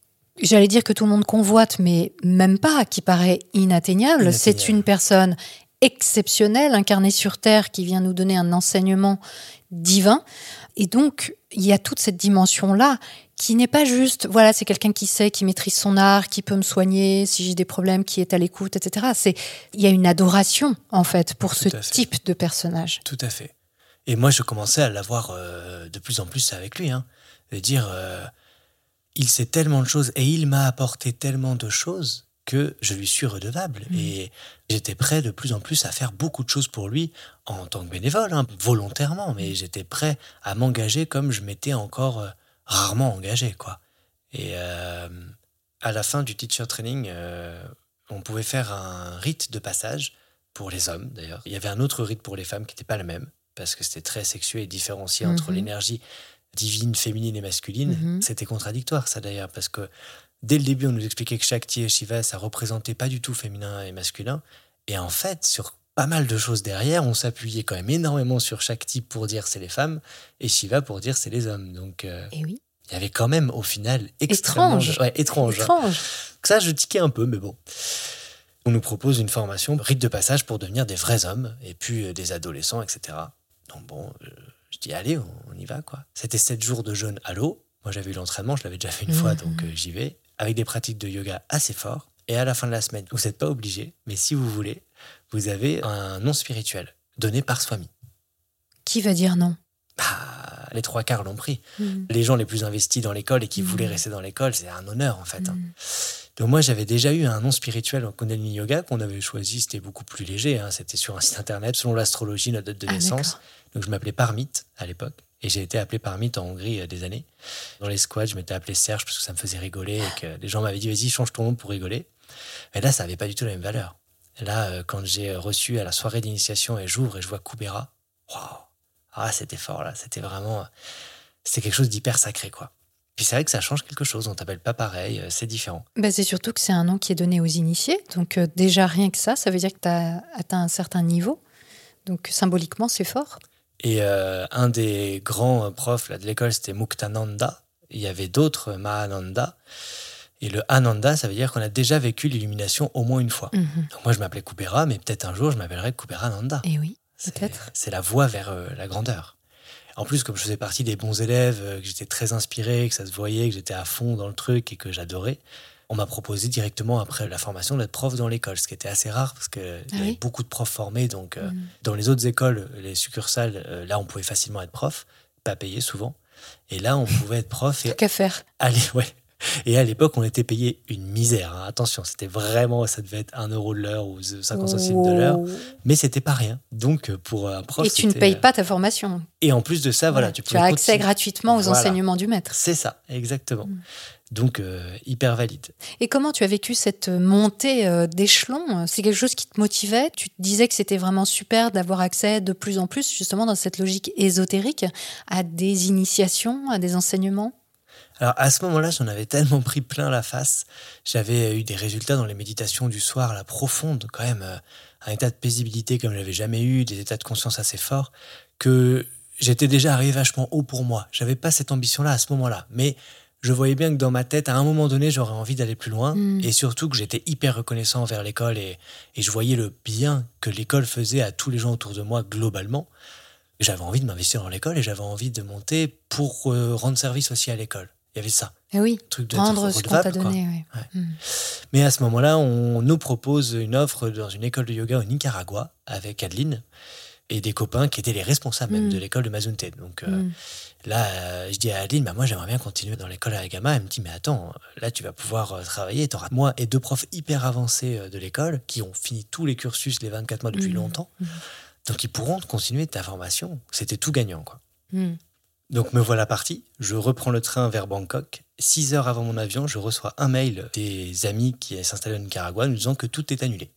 j'allais dire que tout le monde convoite, mais même pas, qui paraît inatteignable. C'est une personne exceptionnel, incarné sur Terre, qui vient nous donner un enseignement divin. Et donc, il y a toute cette dimension-là qui n'est pas juste, voilà, c'est quelqu'un qui sait, qui maîtrise son art, qui peut me soigner si j'ai des problèmes, qui est à l'écoute, etc. Il y a une adoration, en fait, pour ce type de personnage. Tout à fait. Et moi, je commençais à l'avoir de plus en plus avec lui. De dire, il sait tellement de choses et il m'a apporté tellement de choses que je lui suis redevable. Et j'étais prêt de plus en plus à faire beaucoup de choses pour lui en tant que bénévole, volontairement. Mais j'étais prêt à m'engager comme je m'étais encore rarement engagé, quoi. Et à la fin du teacher training, on pouvait faire un rite de passage pour les hommes, d'ailleurs. Il y avait un autre rite pour les femmes qui n'était pas le même, parce que c'était très sexué et différencié entre l'énergie divine, féminine et masculine. C'était contradictoire, ça, d'ailleurs, parce que dès le début, on nous expliquait que Shakti et Shiva, ça représentait pas du tout féminin et masculin. Et en fait, sur pas mal de choses derrière, on s'appuyait quand même énormément sur Shakti pour dire c'est les femmes et Shiva pour dire c'est les hommes. Donc, et oui. Il y avait quand même, au final, extrêmement... étrange. Ça, je tiquais un peu, mais bon. On nous propose une formation, rite de passage pour devenir des vrais hommes, et puis des adolescents, etc. Donc bon, je dis, allez, on y va, quoi. C'était 7 jours de jeûne à l'eau. Moi, j'avais eu l'entraînement, je l'avais déjà fait une fois, donc j'y vais. Avec des pratiques de yoga assez fortes. Et à la fin de la semaine, vous n'êtes pas obligé, mais si vous voulez, vous avez un nom spirituel donné par Swami. Qui va dire non ? Les 3/4 l'ont pris. Les gens les plus investis dans l'école et qui voulaient rester dans l'école, c'est un honneur, en fait. Donc moi, j'avais déjà eu un nom spirituel en Kundalini Yoga qu'on avait choisi, c'était beaucoup plus léger. C'était sur un site internet, selon l'astrologie, notre date de naissance. D'accord. Donc je m'appelais Parmit à l'époque. Et j'ai été appelé Parmit en Hongrie des années. Dans les squats, je m'étais appelé Serge parce que ça me faisait rigoler et que les gens m'avaient dit, vas-y, change ton nom pour rigoler. Mais là, ça n'avait pas du tout la même valeur. Et là, quand j'ai reçu à la soirée d'initiation et j'ouvre et je vois Kubera, waouh! Ah, c'était fort, là. C'était quelque chose d'hyper sacré, quoi. Puis c'est vrai que ça change quelque chose. On t'appelle pas pareil, c'est différent. C'est surtout que c'est un nom qui est donné aux initiés. Donc déjà, rien que ça veut dire que tu as atteint un certain niveau. Donc symboliquement, c'est fort. Et un des grands profs là, de l'école, c'était Muktananda. Il y avait d'autres Mahananda. Et le Ananda, ça veut dire qu'on a déjà vécu l'illumination au moins une fois. Donc moi, je m'appelais Kubera, mais peut-être un jour, je m'appellerai Kuberananda. Et oui. Peut-être. C'est la voie vers la grandeur. En plus, comme je faisais partie des bons élèves, que j'étais très inspiré, que ça se voyait, que j'étais à fond dans le truc et que j'adorais, on m'a proposé directement après la formation d'être prof dans l'école, ce qui était assez rare parce qu'il y avait beaucoup de profs formés. Donc, dans les autres écoles, les succursales, là, on pouvait facilement être prof, pas payé souvent. Et là, on pouvait être prof. Tant qu'à faire. Allez, ouais. Et à l'époque, on était payé une misère. Attention, c'était vraiment, ça devait être 1 € de l'heure ou 50 centimes de l'heure. Mais c'était pas rien. Donc, pour un prof, et tu ne payes pas ta formation. Et en plus de ça, voilà, tu as accès gratuitement aux enseignements du maître. C'est ça, exactement. Donc, hyper valide. Et comment tu as vécu cette montée d'échelon ? C'est quelque chose qui te motivait ? Tu te disais que c'était vraiment super d'avoir accès de plus en plus, justement, dans cette logique ésotérique, à des initiations, à des enseignements ? Alors, à ce moment-là, j'en avais tellement pris plein la face. J'avais eu des résultats dans les méditations du soir, là, profondes, quand même, un état de paisibilité comme je n'avais jamais eu, des états de conscience assez forts, que j'étais déjà arrivé vachement haut pour moi. J'avais pas cette ambition-là à ce moment-là, mais je voyais bien que dans ma tête, à un moment donné, j'aurais envie d'aller plus loin, et surtout que j'étais hyper reconnaissant envers l'école, et je voyais le bien que l'école faisait à tous les gens autour de moi, globalement. J'avais envie de m'investir dans l'école, et j'avais envie de monter pour rendre service aussi à l'école. Il y avait ça. Et oui, truc de rendre ce qu'on t'a donné. Ouais. Mais à ce moment-là, on nous propose une offre dans une école de yoga au Nicaragua avec Adeline et des copains qui étaient les responsables même de l'école de Mazunte. Donc là, je dis à Adeline, moi j'aimerais bien continuer dans l'école à Agama. Elle me dit, mais attends, là tu vas pouvoir travailler. Tu auras moi et 2 profs hyper avancés de l'école qui ont fini tous les cursus, les 24 mois depuis longtemps. Donc ils pourront continuer ta formation. C'était tout gagnant, quoi. Donc me voilà parti, je reprends le train vers Bangkok. 6 heures avant mon avion, je reçois un mail des amis qui s'installaient au Nicaragua nous disant que tout est annulé.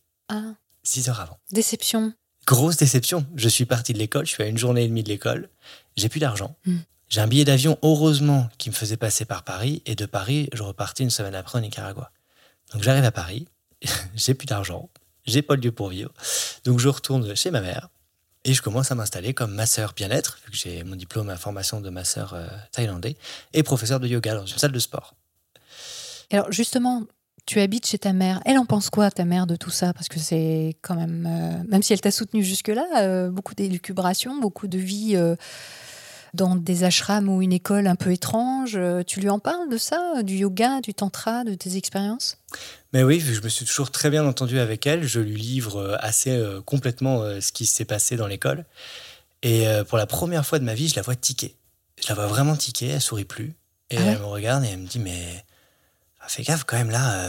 6 heures avant. Déception. Grosse déception. Je suis parti de l'école, je suis à 1 journée et demie de l'école, j'ai plus d'argent. J'ai un billet d'avion, heureusement, qui me faisait passer par Paris, et de Paris, je repartais 1 semaine après au Nicaragua. Donc j'arrive à Paris, j'ai plus d'argent, j'ai pas de lieu pour vivre, donc je retourne chez ma mère. Et je commence à m'installer comme masseur bien-être, vu que j'ai mon diplôme à formation de masseur thaïlandais, et professeur de yoga dans une salle de sport. Alors justement, Tu habites chez ta mère. Elle en pense quoi, ta mère, de tout ça? Parce que c'est quand même... même si elle t'a soutenue jusque-là, beaucoup d'élucubrations, beaucoup de vie dans des ashrams ou une école un peu étrange. Tu lui en parles de ça? Du yoga, du tantra, de tes expériences? Mais oui, vu que je me suis toujours très bien entendu avec elle, je lui livre assez complètement ce qui s'est passé dans l'école. Et pour la première fois de ma vie, je la vois tiquer. Je la vois vraiment tiquer, elle sourit plus. Et Ah ouais? elle me regarde et elle me dit, mais fais gaffe quand même là.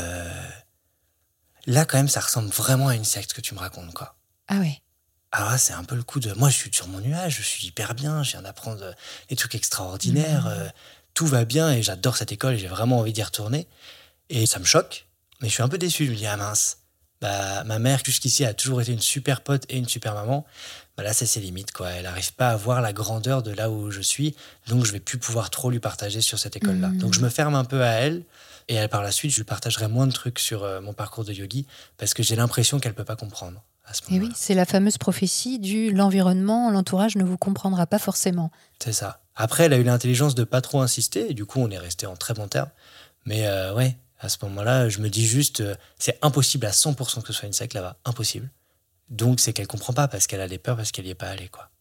Là quand même, ça ressemble vraiment à une secte que tu me racontes, quoi. Ah ouais. Alors là, c'est un peu le coup de... Moi, je suis sur mon nuage, je suis hyper bien, je viens d'apprendre des trucs extraordinaires, tout va bien et j'adore cette école et j'ai vraiment envie d'y retourner. Et ça me choque, mais je suis un peu déçu. Je me dis, ah mince, bah, ma mère, jusqu'ici, a toujours été une super pote et une super maman. Bah là, c'est ses limites, quoi. Elle n'arrive pas à voir la grandeur de là où je suis, donc je vais plus pouvoir trop lui partager sur cette école-là. Donc je me ferme un peu à elle, et par la suite, je lui partagerai moins de trucs sur mon parcours de yogi, parce que j'ai l'impression qu'elle peut pas comprendre à ce Et moment-là. oui, c'est la fameuse prophétie du l'environnement, l'entourage ne vous comprendra pas forcément. C'est ça. Après, elle a eu l'intelligence de pas trop insister, et du coup, on est resté en très bons termes. Mais ouais, à ce moment-là, je me dis juste, c'est impossible à 100% que ce soit une secte là-bas. Impossible. Donc, c'est qu'elle comprend pas parce qu'elle a des peurs, parce qu'elle y est pas allée, quoi.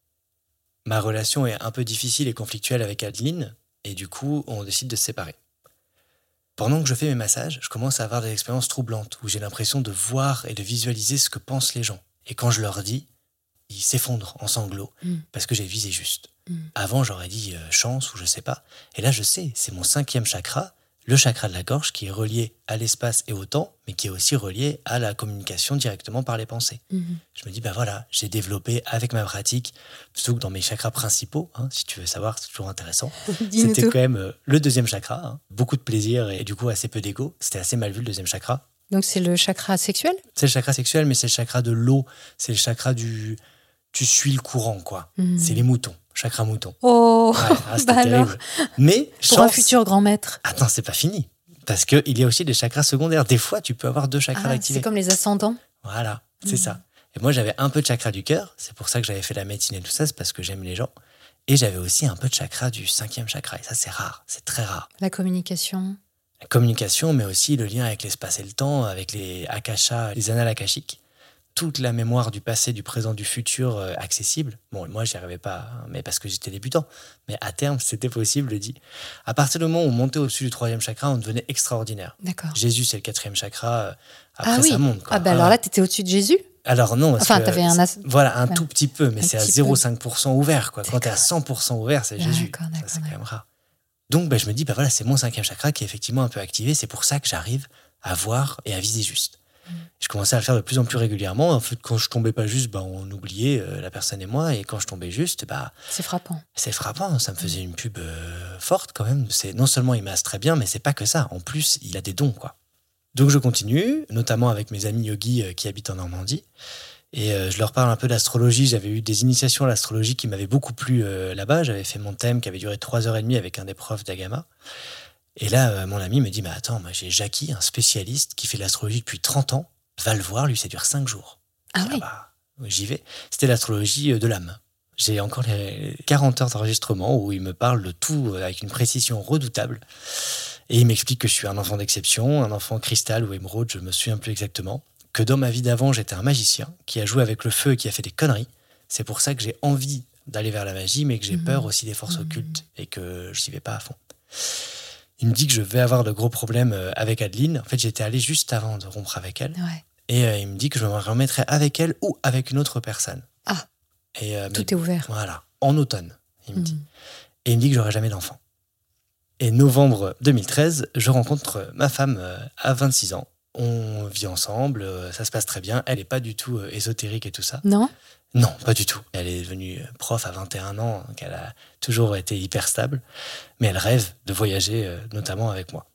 Ma relation est un peu difficile et conflictuelle avec Adeline, et du coup, on décide de se séparer. Pendant que je fais mes massages, je commence à avoir des expériences troublantes, où j'ai l'impression de voir et de visualiser ce que pensent les gens. Et quand je leur dis, ils s'effondrent en sanglots, parce que j'ai visé juste. Avant, j'aurais dit chance ou je sais pas. Et là, je sais, c'est mon 5e chakra, le chakra de la gorge, qui est relié à l'espace et au temps, mais qui est aussi relié à la communication directement par les pensées. Je me dis, bah voilà, j'ai développé avec ma pratique, surtout que dans mes chakras principaux, si tu veux savoir, c'est toujours intéressant. Dis-nous C'était tout. quand même le 2e chakra, beaucoup de plaisir et du coup assez peu d'ego. C'était assez mal vu le 2e chakra. Donc c'est le chakra sexuel? C'est le chakra sexuel, mais c'est le chakra de l'eau, c'est le chakra du... Tu suis le courant, quoi. C'est les moutons, chakra mouton. Oh, Ouais, c'était bah terrible. alors, Mais pour un chance... futur grand maître. Attends, c'est pas fini. Parce qu'il y a aussi des chakras secondaires. Des fois, tu peux avoir 2 chakras activés. C'est comme les ascendants. Voilà, c'est ça. Et moi, j'avais un peu de chakra du cœur. C'est pour ça que j'avais fait la médecine et tout ça. C'est parce que j'aime les gens. Et j'avais aussi un peu de chakra du 5e chakra. Et ça, c'est rare. C'est très rare. La communication. La communication, mais aussi le lien avec l'espace et le temps, avec les akashas, les annales akashiques. Toute la mémoire du passé, du présent, du futur accessible. Bon, moi, j'y arrivais pas, mais parce que j'étais débutant. Mais à terme, c'était possible, je dis. À partir du moment où on montait au-dessus du 3e chakra, on devenait extraordinaire. D'accord. Jésus, c'est le 4e chakra. Après, ça monte, quoi. Ah bah alors là, t'étais au-dessus de Jésus? Alors non, parce Enfin, que t'avais voilà, un tout petit peu, mais Un c'est à petit peu. 0,5% ouvert, quoi. Quand t'es à 100% ouvert, c'est Jésus. D'accord, Ça, c'est quand même rare. Donc, je me dis, voilà, c'est mon 5e chakra qui est effectivement un peu activé. C'est pour ça que j'arrive à voir et à viser juste. Je commençais à le faire de plus en plus régulièrement. En fait, quand je tombais pas juste, on oubliait la personne et moi. Et quand je tombais juste, c'est frappant. C'est frappant. Ça me faisait une pub forte quand même. C'est non seulement il masse très bien, mais c'est pas que ça. En plus, il a des dons, quoi. Donc je continue, notamment avec mes amis yogis qui habitent en Normandie. Et je leur parle un peu d'astrologie. J'avais eu des initiations à l'astrologie qui m'avaient beaucoup plu là-bas. J'avais fait mon thème qui avait duré 3h30 avec un des profs d'Agama. Et là, mon ami me dit, mais attends, moi j'ai Jackie, un spécialiste qui fait de l'astrologie depuis 30 ans. Va le voir, lui, ça dure 5 jours. Ah oui. J'y vais. C'était l'astrologie de l'âme. J'ai encore les 40 heures d'enregistrement où il me parle de tout avec une précision redoutable. Et il m'explique que je suis un enfant d'exception, un enfant cristal ou émeraude, je me souviens plus exactement. Que dans ma vie d'avant, j'étais un magicien qui a joué avec le feu et qui a fait des conneries. C'est pour ça que j'ai envie d'aller vers la magie, mais que j'ai peur aussi des forces occultes et que je n'y vais pas à fond. Il me dit que je vais avoir de gros problèmes avec Adeline. En fait, j'étais allé juste avant de rompre avec elle. Ouais. Et il me dit que je me remettrai avec elle ou avec une autre personne. Ah, et, tout est ouvert. Voilà, en automne, il me dit. Et il me dit que j'aurai jamais d'enfant. Et novembre 2013, je rencontre ma femme à 26 ans. On vit ensemble, ça se passe très bien. Elle n'est pas du tout ésotérique et tout ça. Non? Non, pas du tout. Elle est devenue prof à 21 ans, donc elle a toujours été hyper stable. Mais elle rêve de voyager, notamment avec moi.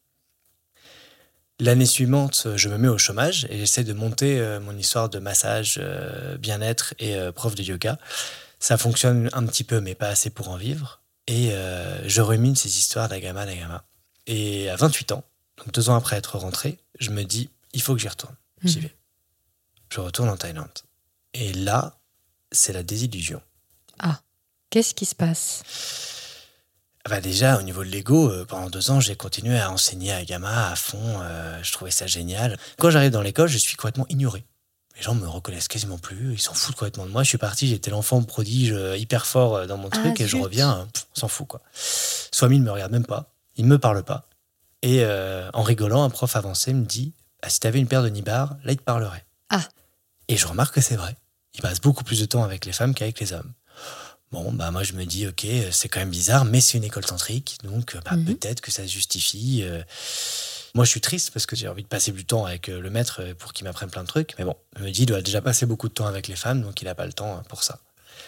L'année suivante, je me mets au chômage et j'essaie de monter mon histoire de massage, bien-être et prof de yoga. Ça fonctionne un petit peu, mais pas assez pour en vivre. Et je rumine ces histoires d'Agama. Et à 28 ans, donc 2 ans après être rentré, je me dis, il faut que j'y retourne. J'y vais. Je retourne en Thaïlande. Et là, c'est la désillusion. Ah, qu'est-ce qui se passe? Déjà, au niveau de l'ego, pendant 2 ans, j'ai continué à enseigner à Gama à fond. Je trouvais ça génial. Quand j'arrive dans l'école, je suis complètement ignoré. Les gens me reconnaissent quasiment plus. Ils s'en foutent complètement de moi. Je suis parti, j'étais l'enfant prodige hyper fort dans mon truc. Et je reviens, on s'en fout, quoi. Swami ne me regarde même pas. Il ne me parle pas. Et en rigolant, un prof avancé me dit si tu avais une paire de nibards, là, il te parlerait. Ah. Et je remarque que c'est vrai. Il passe beaucoup plus de temps avec les femmes qu'avec les hommes. Bon, moi, je me dis, ok, c'est quand même bizarre, mais c'est une école tantrique, donc peut-être que ça se justifie. Moi, je suis triste parce que j'ai envie de passer du temps avec le maître pour qu'il m'apprenne plein de trucs. Mais bon, je me dis, il doit déjà passer beaucoup de temps avec les femmes, donc il n'a pas le temps pour ça.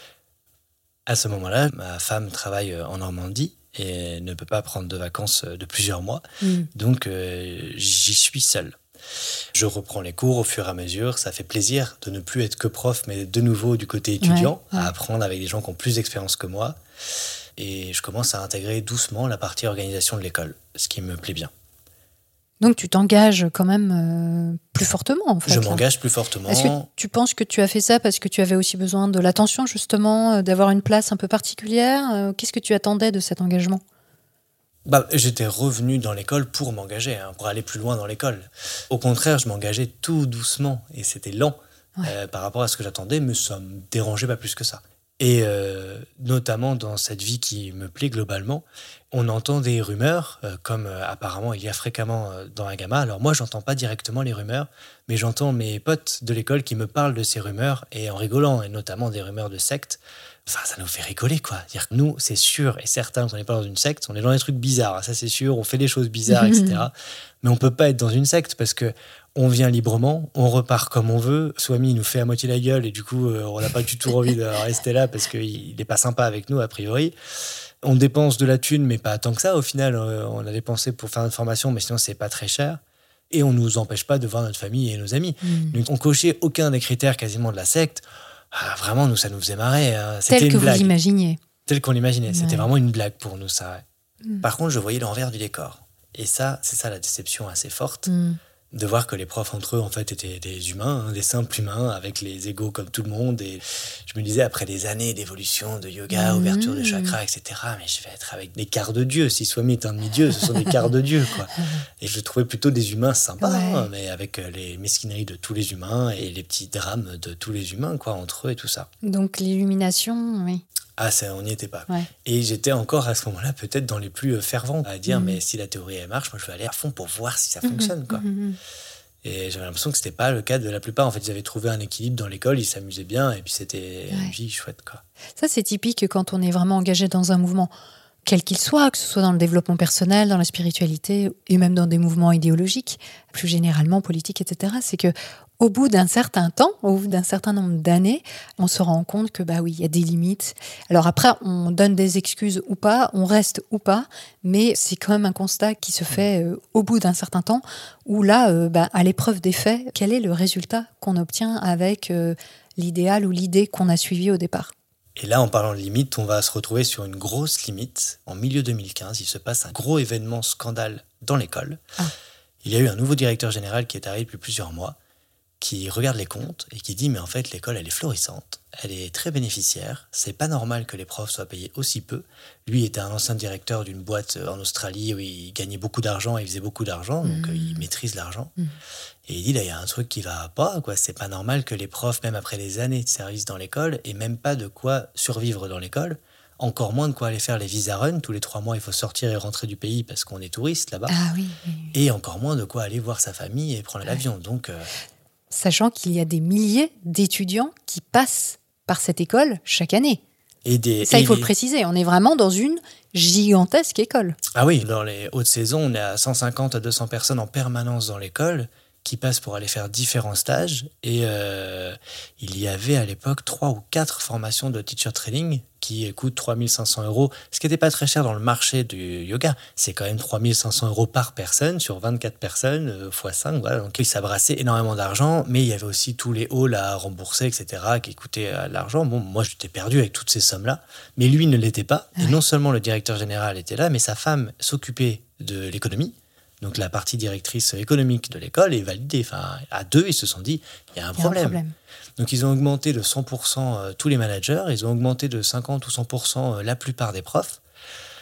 À ce moment-là, ma femme travaille en Normandie et ne peut pas prendre de vacances de plusieurs mois. Donc, j'y suis seul. Je reprends les cours au fur et à mesure. Ça fait plaisir de ne plus être que prof, mais de nouveau du côté étudiant, à apprendre avec des gens qui ont plus d'expérience que moi. Et je commence à intégrer doucement la partie organisation de l'école, ce qui me plaît bien. Donc tu t'engages quand même plus fortement, en fait. Je m'engage plus fortement. Est-ce que tu penses que tu as fait ça parce que tu avais aussi besoin de l'attention, justement, d'avoir une place un peu particulière ? Qu'est-ce que tu attendais de cet engagement ? J'étais revenu dans l'école pour m'engager, pour aller plus loin dans l'école. Au contraire, je m'engageais tout doucement et c'était lent par rapport à ce que j'attendais, mais ça ne me dérangeait pas plus que ça. Et notamment dans cette vie qui me plaît globalement, on entend des rumeurs, comme apparemment il y a fréquemment dans la Gama. Alors moi, j'entends pas directement les rumeurs, mais j'entends mes potes de l'école qui me parlent de ces rumeurs, et en rigolant, et notamment des rumeurs de sectes. Enfin, ça nous fait rigoler, quoi. Dire que nous, c'est sûr et certain qu'on n'est pas dans une secte, on est dans des trucs bizarres, ça c'est sûr, on fait des choses bizarres, etc. Mais on peut pas être dans une secte parce que on vient librement, on repart comme on veut. Swami nous fait à moitié la gueule et du coup, on n'a pas du tout envie de rester là parce qu'il n'est pas sympa avec nous, a priori. On dépense de la thune, mais pas tant que ça. Au final, on a dépensé pour faire notre formation, mais sinon, c'est pas très cher. Et on ne nous empêche pas de voir notre famille et nos amis. Donc, on cochait aucun des critères quasiment de la secte. Vraiment, nous, ça nous faisait marrer. C'était tel que une blague. Vous l'imaginiez. Tel qu'on l'imaginait. C'était vraiment une blague pour nous, ça. Par contre, je voyais l'envers du décor. Et ça, c'est ça la déception assez forte. De voir que les profs entre eux, en fait, étaient des humains, des simples humains, avec les égos comme tout le monde. Et je me disais, après des années d'évolution, de yoga, ouverture de chakras, etc., mais je vais être avec des quarts de Dieu. Si Swami est un demi-dieu, ce sont des quarts de Dieu, quoi. Et je trouvais plutôt des humains sympas, mais avec les mesquineries de tous les humains et les petits drames de tous les humains, quoi, entre eux et tout ça. Donc l'illumination, oui. Ça, on n'y était pas. Et j'étais encore à ce moment-là peut-être dans les plus fervents à dire mais si la théorie elle marche, moi je vais aller à fond pour voir si ça fonctionne, quoi. Et j'avais l'impression que c'était pas le cas de la plupart. En fait, ils avaient trouvé un équilibre dans l'école, ils s'amusaient bien et puis c'était une vie chouette, quoi. Ça, c'est typique quand on est vraiment engagé dans un mouvement, quel qu'il soit, que ce soit dans le développement personnel, dans la spiritualité et même dans des mouvements idéologiques, plus généralement politiques, etc. C'est que au bout d'un certain temps, au bout d'un certain nombre d'années, on se rend compte que il y a des limites. Alors après, on donne des excuses ou pas, on reste ou pas, mais c'est quand même un constat qui se fait au bout d'un certain temps, où là, à l'épreuve des faits, quel est le résultat qu'on obtient avec l'idéal ou l'idée qu'on a suivie au départ. Et là, en parlant de limite, on va se retrouver sur une grosse limite. En milieu 2015, il se passe un gros événement scandale dans l'école. Il y a eu un nouveau directeur général qui est arrivé depuis plusieurs mois, qui regarde les comptes et qui dit mais en fait l'école elle est florissante, elle est très bénéficiaire, c'est pas normal que les profs soient payés aussi peu. Lui était un ancien directeur d'une boîte en Australie où il gagnait beaucoup d'argent, il faisait beaucoup d'argent, donc il maîtrise l'argent. Et il dit là il y a un truc qui va pas, quoi. C'est pas normal que les profs, même après des années de service dans l'école, aient même pas de quoi survivre dans l'école. Encore moins de quoi aller faire les visa run. Tous les 3 mois, il faut sortir et rentrer du pays parce qu'on est touriste là-bas. Oui. Et encore moins de quoi aller voir sa famille et prendre l'avion. Donc sachant qu'il y a des milliers d'étudiants qui passent par cette école chaque année. Il faut le préciser, on est vraiment dans une gigantesque école. Ah oui, dans les hautes saisons, on est à 150 à 200 personnes en permanence dans l'école qui passent pour aller faire différents stages. Et il y avait à l'époque 3 ou 4 formations de teacher training qui coûtent 3 500 €, ce qui n'était pas très cher dans le marché du yoga. C'est quand même 3 500 € par personne sur 24 personnes, x 5. Voilà. Donc ça brassait énormément d'argent, mais il y avait aussi tous les halls à rembourser, etc., qui coûtaient de l'argent. Bon, moi, j'étais perdu avec toutes ces sommes-là, mais lui ne l'était pas. Et non seulement le directeur général était là, mais sa femme s'occupait de l'économie. Donc la partie directrice économique de l'école est validée. Enfin, à 2, ils se sont dit, il y a un problème. Donc ils ont augmenté de 100% tous les managers, ils ont augmenté de 50 ou 100% la plupart des profs.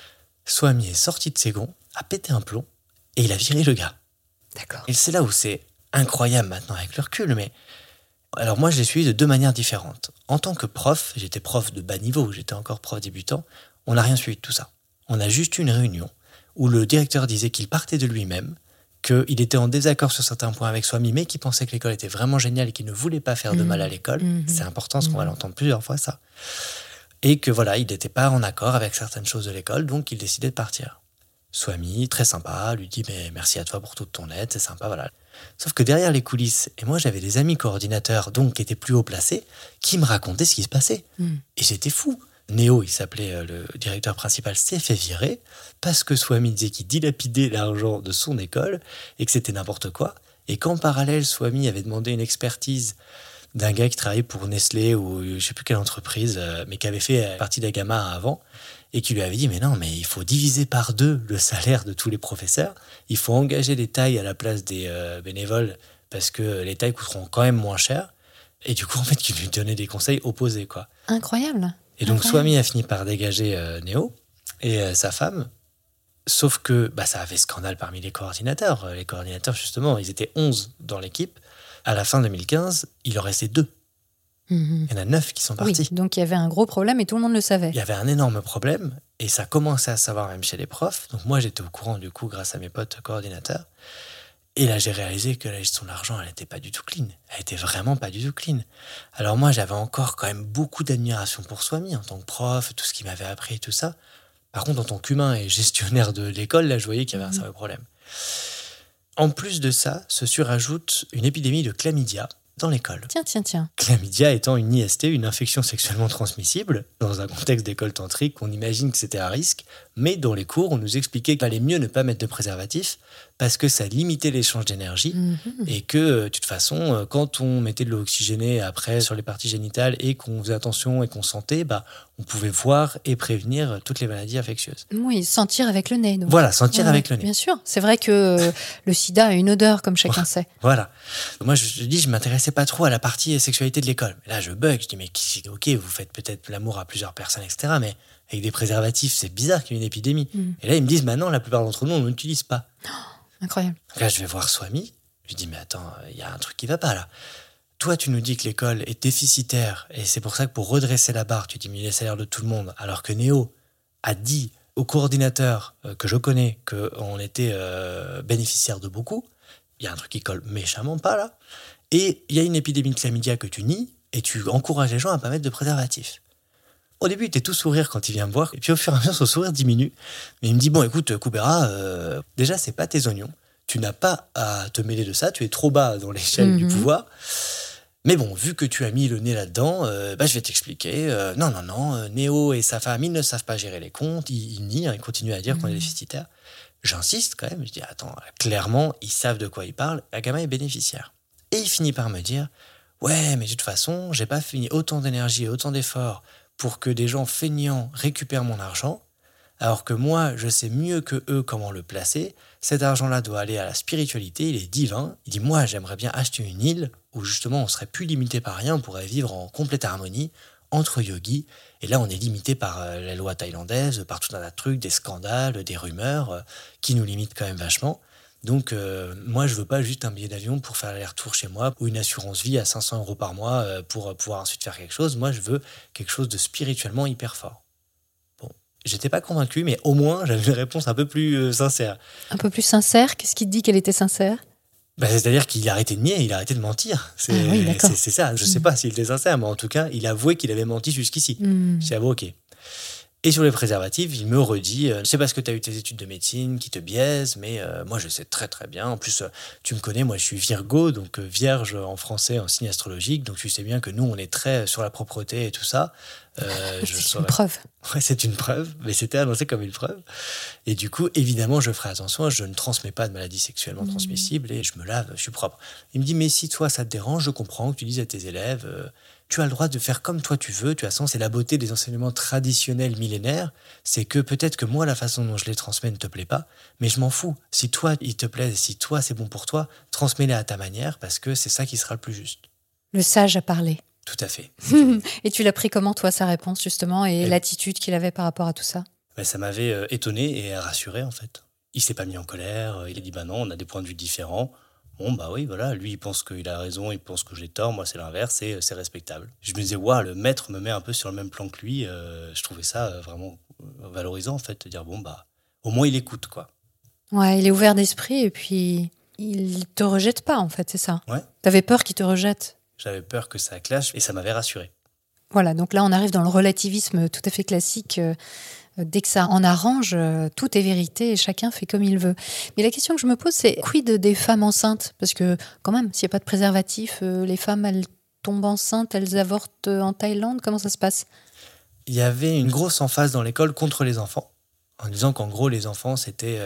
Swami est sorti de ses gonds, a pété un plomb, et il a viré le gars. D'accord. Et c'est là où c'est incroyable maintenant avec le recul, mais... Alors moi, je l'ai suivi de 2 manières différentes. En tant que prof, j'étais prof de bas niveau, j'étais encore prof débutant, on n'a rien suivi de tout ça. On a juste eu une réunion où le directeur disait qu'il partait de lui-même, qu'il était en désaccord sur certains points avec Swami, mais qu'il pensait que l'école était vraiment géniale et qu'il ne voulait pas faire de mal à l'école. C'est important, parce qu'on va l'entendre plusieurs fois, ça. Et que voilà, il n'était pas en accord avec certaines choses de l'école, donc il décidait de partir. Swami, très sympa, lui dit mais merci à toi pour toute ton aide, c'est sympa, voilà. Sauf que derrière les coulisses, et moi j'avais des amis coordinateurs, donc qui étaient plus haut placés, qui me racontaient ce qui se passait. Et j'étais fou. Néo, il s'appelait le directeur principal, s'est fait virer parce que Swami disait qu'il dilapidait l'argent de son école et que c'était n'importe quoi. Et qu'en parallèle, Swami avait demandé une expertise d'un gars qui travaillait pour Nestlé ou je ne sais plus quelle entreprise, mais qui avait fait partie d'Agama avant, et qui lui avait dit mais non, mais il faut diviser par 2 le salaire de tous les professeurs, il faut engager des tailles à la place des bénévoles parce que les tailles coûteront quand même moins cher. Et du coup, en fait, il lui donnait des conseils opposés, quoi. Incroyable. Et donc, Swami a fini par dégager Néo et sa femme. Sauf que ça a fait scandale parmi les coordinateurs. Les coordinateurs, justement, ils étaient 11 dans l'équipe. À la fin 2015, il en restait 2. Il y en a 9 qui sont partis. Oui, donc il y avait un gros problème et tout le monde le savait. Il y avait un énorme problème et ça commençait à savoir même chez les profs. Donc moi, j'étais au courant du coup grâce à mes potes coordinateurs. Et là, j'ai réalisé que la gestion de l'argent, elle n'était pas du tout clean. Elle était vraiment pas du tout clean. Alors moi, j'avais encore quand même beaucoup d'admiration pour Swami en tant que prof, tout ce qu'il m'avait appris et tout ça. Par contre, en tant qu'humain et gestionnaire de l'école, là, je voyais qu'il y avait un sérieux problème. En plus de ça, se surajoute une épidémie de chlamydia dans l'école. Tiens. Chlamydia étant une IST, une infection sexuellement transmissible, dans un contexte d'école tantrique, on imagine que c'était à risque, mais dans les cours, on nous expliquait qu'il valait mieux ne pas mettre de préservatif parce que ça limitait l'échange d'énergie et que, de toute façon, quand on mettait de l'eau oxygénée après sur les parties génitales et qu'on faisait attention et qu'on sentait, on pouvait voir et prévenir toutes les maladies infectieuses. Oui, sentir avec le nez. Donc. Voilà, sentir avec le nez. Bien sûr, c'est vrai que le sida a une odeur, comme chacun sait. Voilà. Moi, je m'intéressais pas trop à la partie sexualité de l'école. Mais là, je bug, je dis, mais ok, vous faites peut-être l'amour à plusieurs personnes, etc., mais avec des préservatifs, c'est bizarre qu'il y ait une épidémie. Et là, ils me disent, non, la plupart d'entre nous, on n'utilise pas. Incroyable. Donc là, je vais voir Swami. Je lui dis, mais attends, il y a un truc qui va pas là. Toi, tu nous dis que l'école est déficitaire et c'est pour ça que pour redresser la barre, tu diminues les salaires de tout le monde. Alors que Néo a dit au coordinateur que je connais qu'on était bénéficiaire de beaucoup. Il y a un truc qui colle méchamment pas là. Et il y a une épidémie de chlamydia que tu nies et tu encourages les gens à pas mettre de préservatif. Au début, il était tout sourire quand il vient me voir. Et puis au fur et à mesure, son sourire diminue. Mais il me dit, bon, écoute, Koubera, déjà, c'est pas tes oignons. Tu n'as pas à te mêler de ça. Tu es trop bas dans l'échelle du pouvoir. Mais bon, vu que tu as mis le nez là-dedans, je vais t'expliquer. Non, Néo et sa femme, ils ne savent pas gérer les comptes. Ils nient, ils continuent à dire qu'on est déficitaire. J'insiste quand même. Je dis, attends, clairement, ils savent de quoi ils parlent. Agama est bénéficiaire. Et il finit par me dire, ouais, mais de toute façon, j'ai pas fini autant d'énergie et autant d'efforts pour que des gens feignants récupèrent mon argent, alors que moi, je sais mieux que eux comment le placer. Cet argent-là doit aller à la spiritualité, il est divin. Il dit, moi, j'aimerais bien acheter une île où justement on serait plus limité par rien, on pourrait vivre en complète harmonie entre yogis. Et là, on est limité par la loi thaïlandaise, par tout un tas de trucs, des scandales, des rumeurs, qui nous limitent quand même vachement. Donc, moi, je veux pas juste un billet d'avion pour faire aller-retour chez moi ou une assurance vie à 500 € par mois pour pouvoir ensuite faire quelque chose. Moi, je veux quelque chose de spirituellement hyper fort. Bon, j'étais pas convaincu, mais au moins, j'avais une réponse un peu plus sincère. Un peu plus sincère? Qu'est-ce qui te dit qu'elle était sincère? C'est-à-dire qu'il a arrêté de nier, il a arrêté de mentir. C'est ça. Je sais pas s'il était sincère, mais en tout cas, il a avoué qu'il avait menti jusqu'ici. J'ai avoué, ok. Et sur les préservatifs, il me redit c'est parce que tu as eu tes études de médecine qui te biaisent, mais moi je sais très très bien. En plus, tu me connais, moi je suis Virgo, donc vierge en français, en signe astrologique, donc tu sais bien que nous on est très sur la propreté et tout ça. C'est une preuve. Ouais, c'est une preuve, mais c'était annoncé comme une preuve. Et du coup, évidemment, je ferai attention, je ne transmets pas de maladies sexuellement transmissibles et je me lave, je suis propre. Il me dit mais si toi ça te dérange, je comprends que tu dises à tes élèves. Tu as le droit de faire comme toi tu veux. De toute façon, c'est la beauté des enseignements traditionnels millénaires. C'est que peut-être que moi, la façon dont je les transmets ne te plaît pas, mais je m'en fous. Si toi, il te plaît, si toi, c'est bon pour toi, transmets-les à ta manière parce que c'est ça qui sera le plus juste. Le sage a parlé. Tout à fait. Et tu l'as pris comment, toi, sa réponse, justement, et l'attitude qu'il avait par rapport à tout ça? Ça m'avait étonné et rassuré, en fait. Il s'est pas mis en colère, il a dit, non, on a des points de vue différents. Bon, oui, voilà, lui, il pense qu'il a raison, il pense que j'ai tort, moi, c'est l'inverse, et c'est respectable. Je me disais, waouh, le maître me met un peu sur le même plan que lui, je trouvais ça vraiment valorisant, en fait, de dire, au moins, il écoute, quoi. Ouais, il est ouvert d'esprit, et puis il te rejette pas, en fait, c'est ça. Ouais. T'avais peur qu'il te rejette. J'avais peur que ça clash, et ça m'avait rassuré. Voilà, donc là, on arrive dans le relativisme tout à fait classique. Dès que ça en arrange, tout est vérité et chacun fait comme il veut. Mais la question que je me pose, c'est quid des femmes enceintes ? Parce que quand même, s'il n'y a pas de préservatif, les femmes, elles tombent enceintes, elles avortent en Thaïlande, comment ça se passe ? Il y avait une grosse emphase dans l'école contre les enfants, en disant qu'en gros, les enfants, c'était...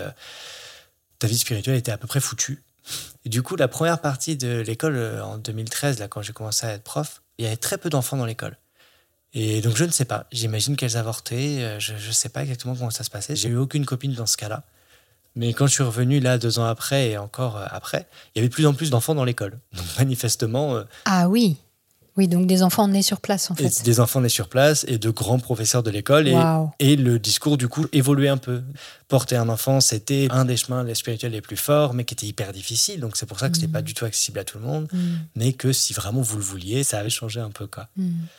ta vie spirituelle était à peu près foutue. Et du coup, la première partie de l'école, en 2013, là, quand j'ai commencé à être prof, il y avait très peu d'enfants dans l'école. Et donc, je ne sais pas. J'imagine qu'elles avortaient. Je ne sais pas exactement comment ça se passait. J'ai eu aucune copine dans ce cas-là. Mais quand je suis revenu, là, 2 ans après et encore après, il y avait de plus en plus d'enfants dans l'école. Donc, manifestement... Ah oui. Oui, donc des enfants nés sur place, en fait. Des enfants nés sur place et de grands professeurs de l'école. Wow. Et le discours, du coup, évoluait un peu. Porter un enfant, c'était un des chemins spirituels les plus forts, mais qui était hyper difficile. Donc, c'est pour ça que ce n'était pas du tout accessible à tout le monde. Mais que si vraiment vous le vouliez, ça avait changé un peu, quoi.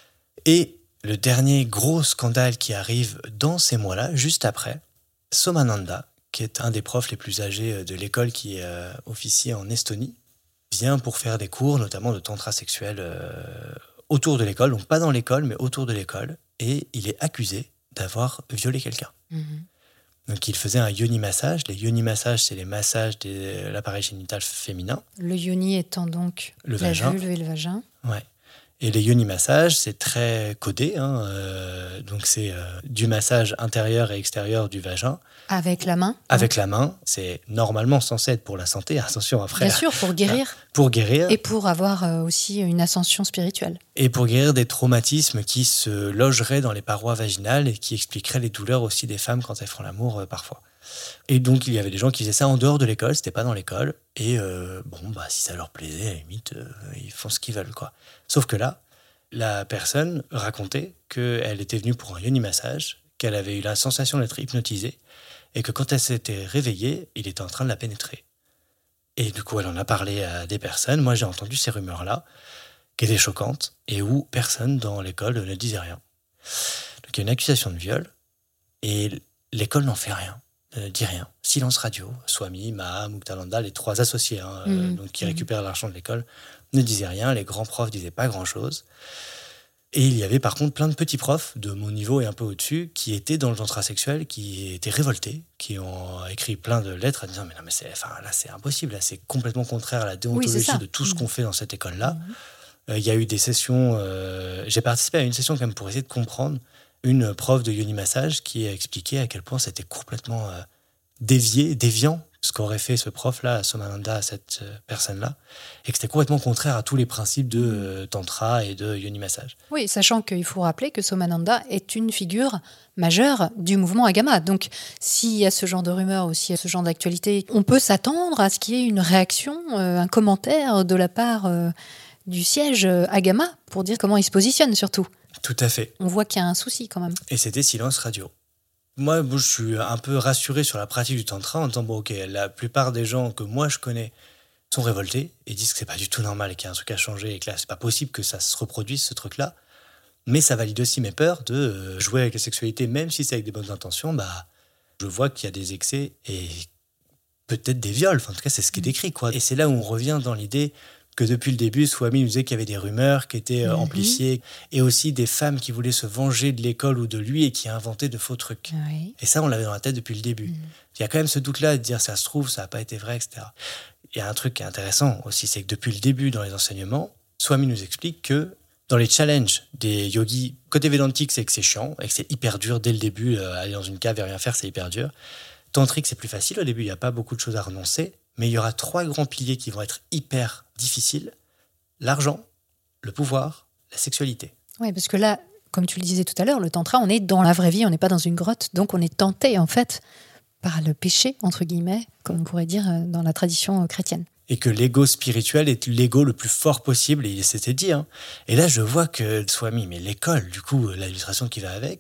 Et le dernier gros scandale qui arrive dans ces mois-là, juste après, Somananda, qui est un des profs les plus âgés de l'école qui officie en Estonie, vient pour faire des cours, notamment de tantra sexuel, autour de l'école, donc pas dans l'école, mais autour de l'école, et il est accusé d'avoir violé quelqu'un. Donc il faisait un yoni massage. Les yoni massages, c'est les massages de l'appareil génital féminin. Le yoni étant donc le la vagin. vulve et le vagin. Ouais. Et les yoni massages, c'est très codé. Donc c'est du massage intérieur et extérieur du vagin. Avec la main. Avec la main. C'est normalement censé être pour la santé. Attention après. Bien sûr, pour guérir. Pour guérir. Et pour avoir aussi une ascension spirituelle. Et pour guérir des traumatismes qui se logeraient dans les parois vaginales et qui expliqueraient les douleurs aussi des femmes quand elles font l'amour parfois. Et donc, il y avait des gens qui faisaient ça en dehors de l'école, c'était pas dans l'école. Et si ça leur plaisait, à la limite, ils font ce qu'ils veulent, quoi. Sauf que là, la personne racontait qu'elle était venue pour un yoni massage, qu'elle avait eu la sensation d'être hypnotisée, et que quand elle s'était réveillée, il était en train de la pénétrer. Et du coup, elle en a parlé à des personnes. Moi, j'ai entendu ces rumeurs-là, qui étaient choquantes, et où personne dans l'école ne disait rien. Donc, il y a une accusation de viol, et l'école n'en fait rien. Dit rien. Silence radio. Swami, Maha, Muktananda, les 3 associés donc qui récupèrent l'argent de l'école, ne disaient rien. Les grands profs disaient pas grand-chose. Et il y avait par contre plein de petits profs de mon niveau et un peu au-dessus qui étaient dans le tantra sexuel, qui étaient révoltés, qui ont écrit plein de lettres en disant mais non mais là c'est impossible, là c'est complètement contraire à la déontologie de tout ce qu'on fait dans cette école-là. Il y a eu des sessions. J'ai participé à une session quand même pour essayer de comprendre. Une prof de yoni massage qui a expliqué à quel point c'était complètement déviant ce qu'aurait fait ce prof-là, à Somananda, à cette personne-là, et que c'était complètement contraire à tous les principes de tantra et de yoni massage. Oui, sachant qu'il faut rappeler que Somananda est une figure majeure du mouvement Agama. Donc, s'il y a ce genre de rumeurs, aussi ce genre d'actualité, on peut s'attendre à ce qu'il y ait une réaction, un commentaire de la part du siège Agama pour dire comment il se positionne surtout. Tout à fait. On voit qu'il y a un souci quand même. Et c'était silence radio. Moi, je suis un peu rassuré sur la pratique du tantra en disant, la plupart des gens que moi je connais sont révoltés et disent que c'est pas du tout normal et qu'il y a un truc à changer et que là, c'est pas possible que ça se reproduise, ce truc-là. Mais ça valide aussi mes peurs de jouer avec la sexualité, même si c'est avec des bonnes intentions. Je vois qu'il y a des excès et peut-être des viols. Enfin, en tout cas, c'est ce qui est décrit, quoi. Et c'est là où on revient dans l'idée que depuis le début, Swami nous disait qu'il y avait des rumeurs qui étaient amplifiées, et aussi des femmes qui voulaient se venger de l'école ou de lui et qui inventaient de faux trucs. Oui. Et ça, on l'avait dans la tête depuis le début. Il y a quand même ce doute-là de dire ça se trouve, ça n'a pas été vrai, etc. Il y a un truc qui est intéressant aussi, c'est que depuis le début dans les enseignements, Swami nous explique que dans les challenges des yogis, côté védantique, c'est que c'est chiant et que c'est hyper dur dès le début. Aller dans une cave et rien faire, c'est hyper dur. Tantrique, c'est plus facile au début, il n'y a pas beaucoup de choses à renoncer. Mais il y aura 3 grands piliers qui vont être hyper difficiles. L'argent, le pouvoir, la sexualité. Oui, parce que là, comme tu le disais tout à l'heure, le tantra, on est dans la vraie vie, on n'est pas dans une grotte. Donc on est tenté, en fait, par le péché, entre guillemets, comme on pourrait dire dans la tradition chrétienne. Et que l'ego spirituel est l'ego le plus fort possible, et il s'était dit. Et là, je vois que Swami, mais l'école, du coup, l'illustration qui va avec,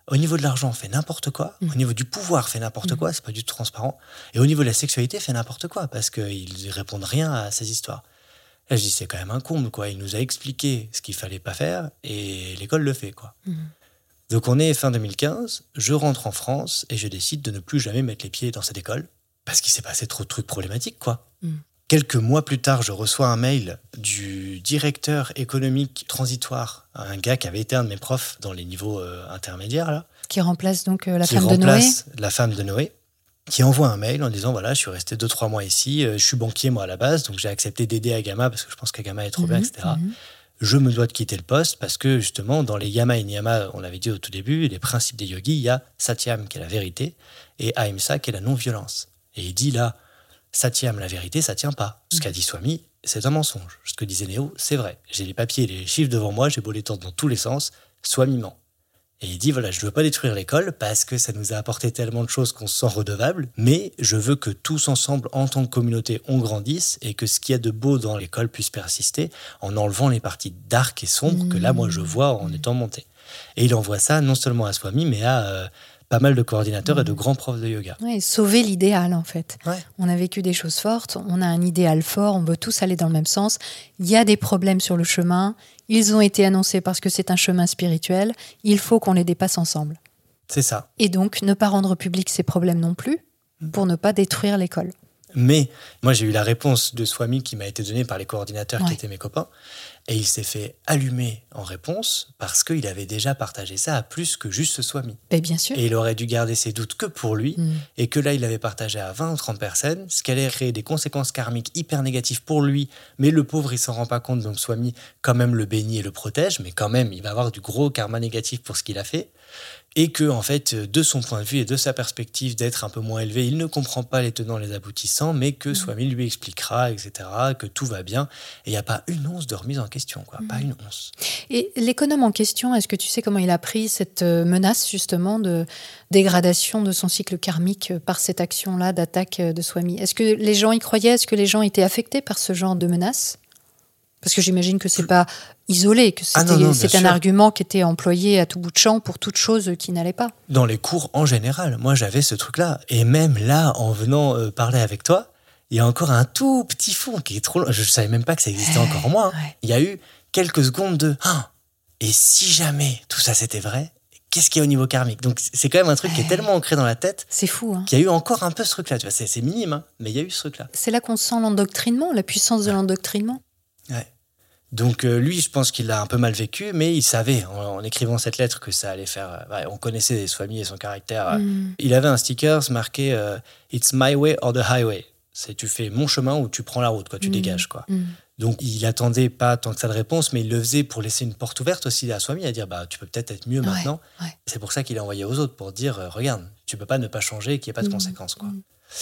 Au niveau de l'argent, fait n'importe quoi. Au niveau du pouvoir, fait n'importe quoi. C'est pas du tout transparent. Et au niveau de la sexualité, fait n'importe quoi parce qu'ils répondent rien à ces histoires. Là, je dis, c'est quand même un comble, quoi. Il nous a expliqué ce qu'il fallait pas faire et l'école le fait, quoi. Donc, on est fin 2015. Je rentre en France et je décide de ne plus jamais mettre les pieds dans cette école parce qu'il s'est passé trop de trucs problématiques, quoi. Quelques mois plus tard, je reçois un mail du directeur économique transitoire, un gars qui avait été un de mes profs dans les niveaux intermédiaires, là. Qui remplace donc la femme de Noé. La femme de Noé, qui envoie un mail en disant, voilà, je suis resté 2-3 mois ici, je suis banquier, moi, à la base, donc j'ai accepté d'aider Agama parce que je pense qu'Agama est trop bien, etc. Je me dois de quitter le poste parce que, justement, dans les yama et niyama, on l'avait dit au tout début, les principes des yogis, il y a Satyam, qui est la vérité, et Ahimsa, qui est la non-violence. Et il dit, là, Satyam, la vérité, ça tient pas. Ce qu'a dit Swami, c'est un mensonge. Ce que disait Néo, c'est vrai. J'ai les papiers et les chiffres devant moi, j'ai beau les tendre dans tous les sens, Swami ment. Et il dit, voilà, je ne veux pas détruire l'école parce que ça nous a apporté tellement de choses qu'on se sent redevable, mais je veux que tous ensemble, en tant que communauté, on grandisse et que ce qu'il y a de beau dans l'école puisse persister en enlevant les parties dark et sombres que là, moi, je vois en étant monté. Et il envoie ça non seulement à Swami, mais à pas mal de coordinateurs et de grands profs de yoga. Ouais, sauver l'idéal, en fait. Ouais. On a vécu des choses fortes, on a un idéal fort, on veut tous aller dans le même sens. Il y a des problèmes sur le chemin, ils ont été annoncés parce que c'est un chemin spirituel, il faut qu'on les dépasse ensemble. C'est ça. Et donc, ne pas rendre public ces problèmes non plus, pour ne pas détruire l'école. Mais moi, j'ai eu la réponse de Swami qui m'a été donnée par les coordinateurs qui étaient mes copains. Et il s'est fait allumer en réponse parce qu'il avait déjà partagé ça à plus que juste Swami. Et bien sûr. Et il aurait dû garder ses doutes que pour lui. Et que là, il avait partagé à 20 ou 30 personnes, ce qui allait créer des conséquences karmiques hyper négatives pour lui. Mais le pauvre, il s'en rend pas compte. Donc Swami, quand même, le bénit et le protège. Mais quand même, il va avoir du gros karma négatif pour ce qu'il a fait. Et que, en fait, de son point de vue et de sa perspective d'être un peu moins élevé, il ne comprend pas les tenants, les aboutissants, mais que Swami lui expliquera, etc., que tout va bien. Et il n'y a pas une once de remise en question, quoi. Pas une once. Et l'économe en question, est-ce que tu sais comment il a pris cette menace, justement, de dégradation de son cycle karmique par cette action-là d'attaque de Swami? Est-ce que les gens y croyaient? Est-ce que les gens étaient affectés par ce genre de menace? Parce que j'imagine que c'est pas isolé, que c'est un argument qui était employé à tout bout de champ pour toute chose qui n'allait pas. Dans les cours en général, moi j'avais ce truc-là. Et même là, en venant parler avec toi, il y a encore un tout petit fond qui est trop long. Je ne savais même pas que ça existait encore en moi. Ouais. Il y a eu quelques secondes de « et si jamais tout ça c'était vrai, qu'est-ce qu'il y a au niveau karmique ?» Donc c'est quand même un truc qui est tellement ancré dans la tête. C'est fou. Hein. Qu'il y a eu encore un peu ce truc-là. Tu vois, c'est minime, hein, mais il y a eu ce truc-là. C'est là qu'on sent l'endoctrinement, la puissance de l'endoctrinement. Ouais. Donc lui, je pense qu'il l'a un peu mal vécu, mais il savait en écrivant cette lettre que ça allait faire... on connaissait Swami et son caractère. Il avait un sticker marqué « It's my way or the highway ». C'est tu fais mon chemin ou tu prends la route, quoi, tu dégages. Quoi. Donc il attendait pas tant que ça de réponse, mais il le faisait pour laisser une porte ouverte aussi à Swami, à dire tu peux peut-être être mieux maintenant. Ouais. C'est pour ça qu'il a envoyé aux autres, pour dire regarde, tu peux pas ne pas changer et qu'il n'y ait pas de conséquences. Quoi.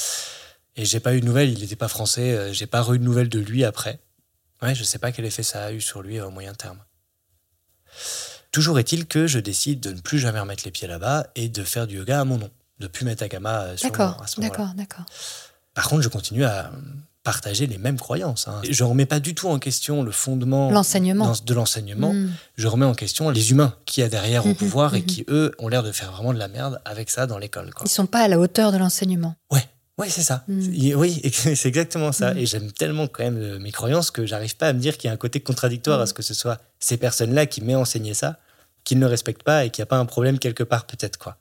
Et j'ai pas eu de nouvelles, il n'était pas français, j'ai pas eu de nouvelles de lui après. Ouais, je ne sais pas quel effet ça a eu sur lui au moyen terme. Toujours est-il que je décide de ne plus jamais remettre les pieds là-bas et de faire du yoga à mon nom, de ne plus mettre Agama sur mon nom à ce moment-là. D'accord. Par contre, je continue à partager les mêmes croyances. Hein. Je ne remets pas du tout en question le fondement de l'enseignement. Je remets en question les humains qu'il y a derrière au pouvoir et qui, eux, ont l'air de faire vraiment de la merde avec ça dans l'école. Quoi. Ils ne sont pas à la hauteur de l'enseignement. Oui, c'est ça. Oui, c'est exactement ça. Et j'aime tellement quand même mes croyances que j'arrive pas à me dire qu'il y a un côté contradictoire à ce que ce soit ces personnes-là qui m'aient enseigné ça, qu'ils ne le respectent pas et qu'il n'y a pas un problème quelque part peut-être, quoi.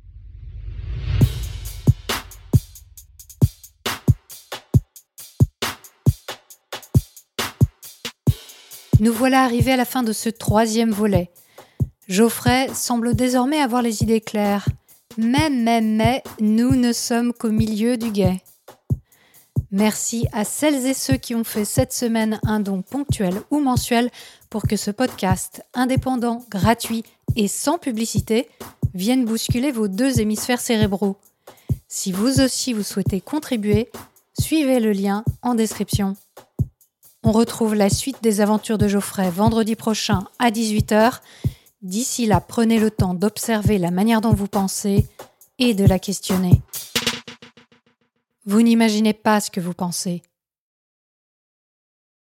Nous voilà arrivés à la fin de ce 3e volet. Geoffrey semble désormais avoir les idées claires. Mais, nous ne sommes qu'au milieu du gué. Merci à celles et ceux qui ont fait cette semaine un don ponctuel ou mensuel pour que ce podcast indépendant, gratuit et sans publicité vienne bousculer vos 2 hémisphères cérébraux. Si vous aussi vous souhaitez contribuer, suivez le lien en description. On retrouve la suite des aventures de Geoffrey vendredi prochain à 18h. D'ici là, prenez le temps d'observer la manière dont vous pensez et de la questionner. Vous n'imaginez pas ce que vous pensez.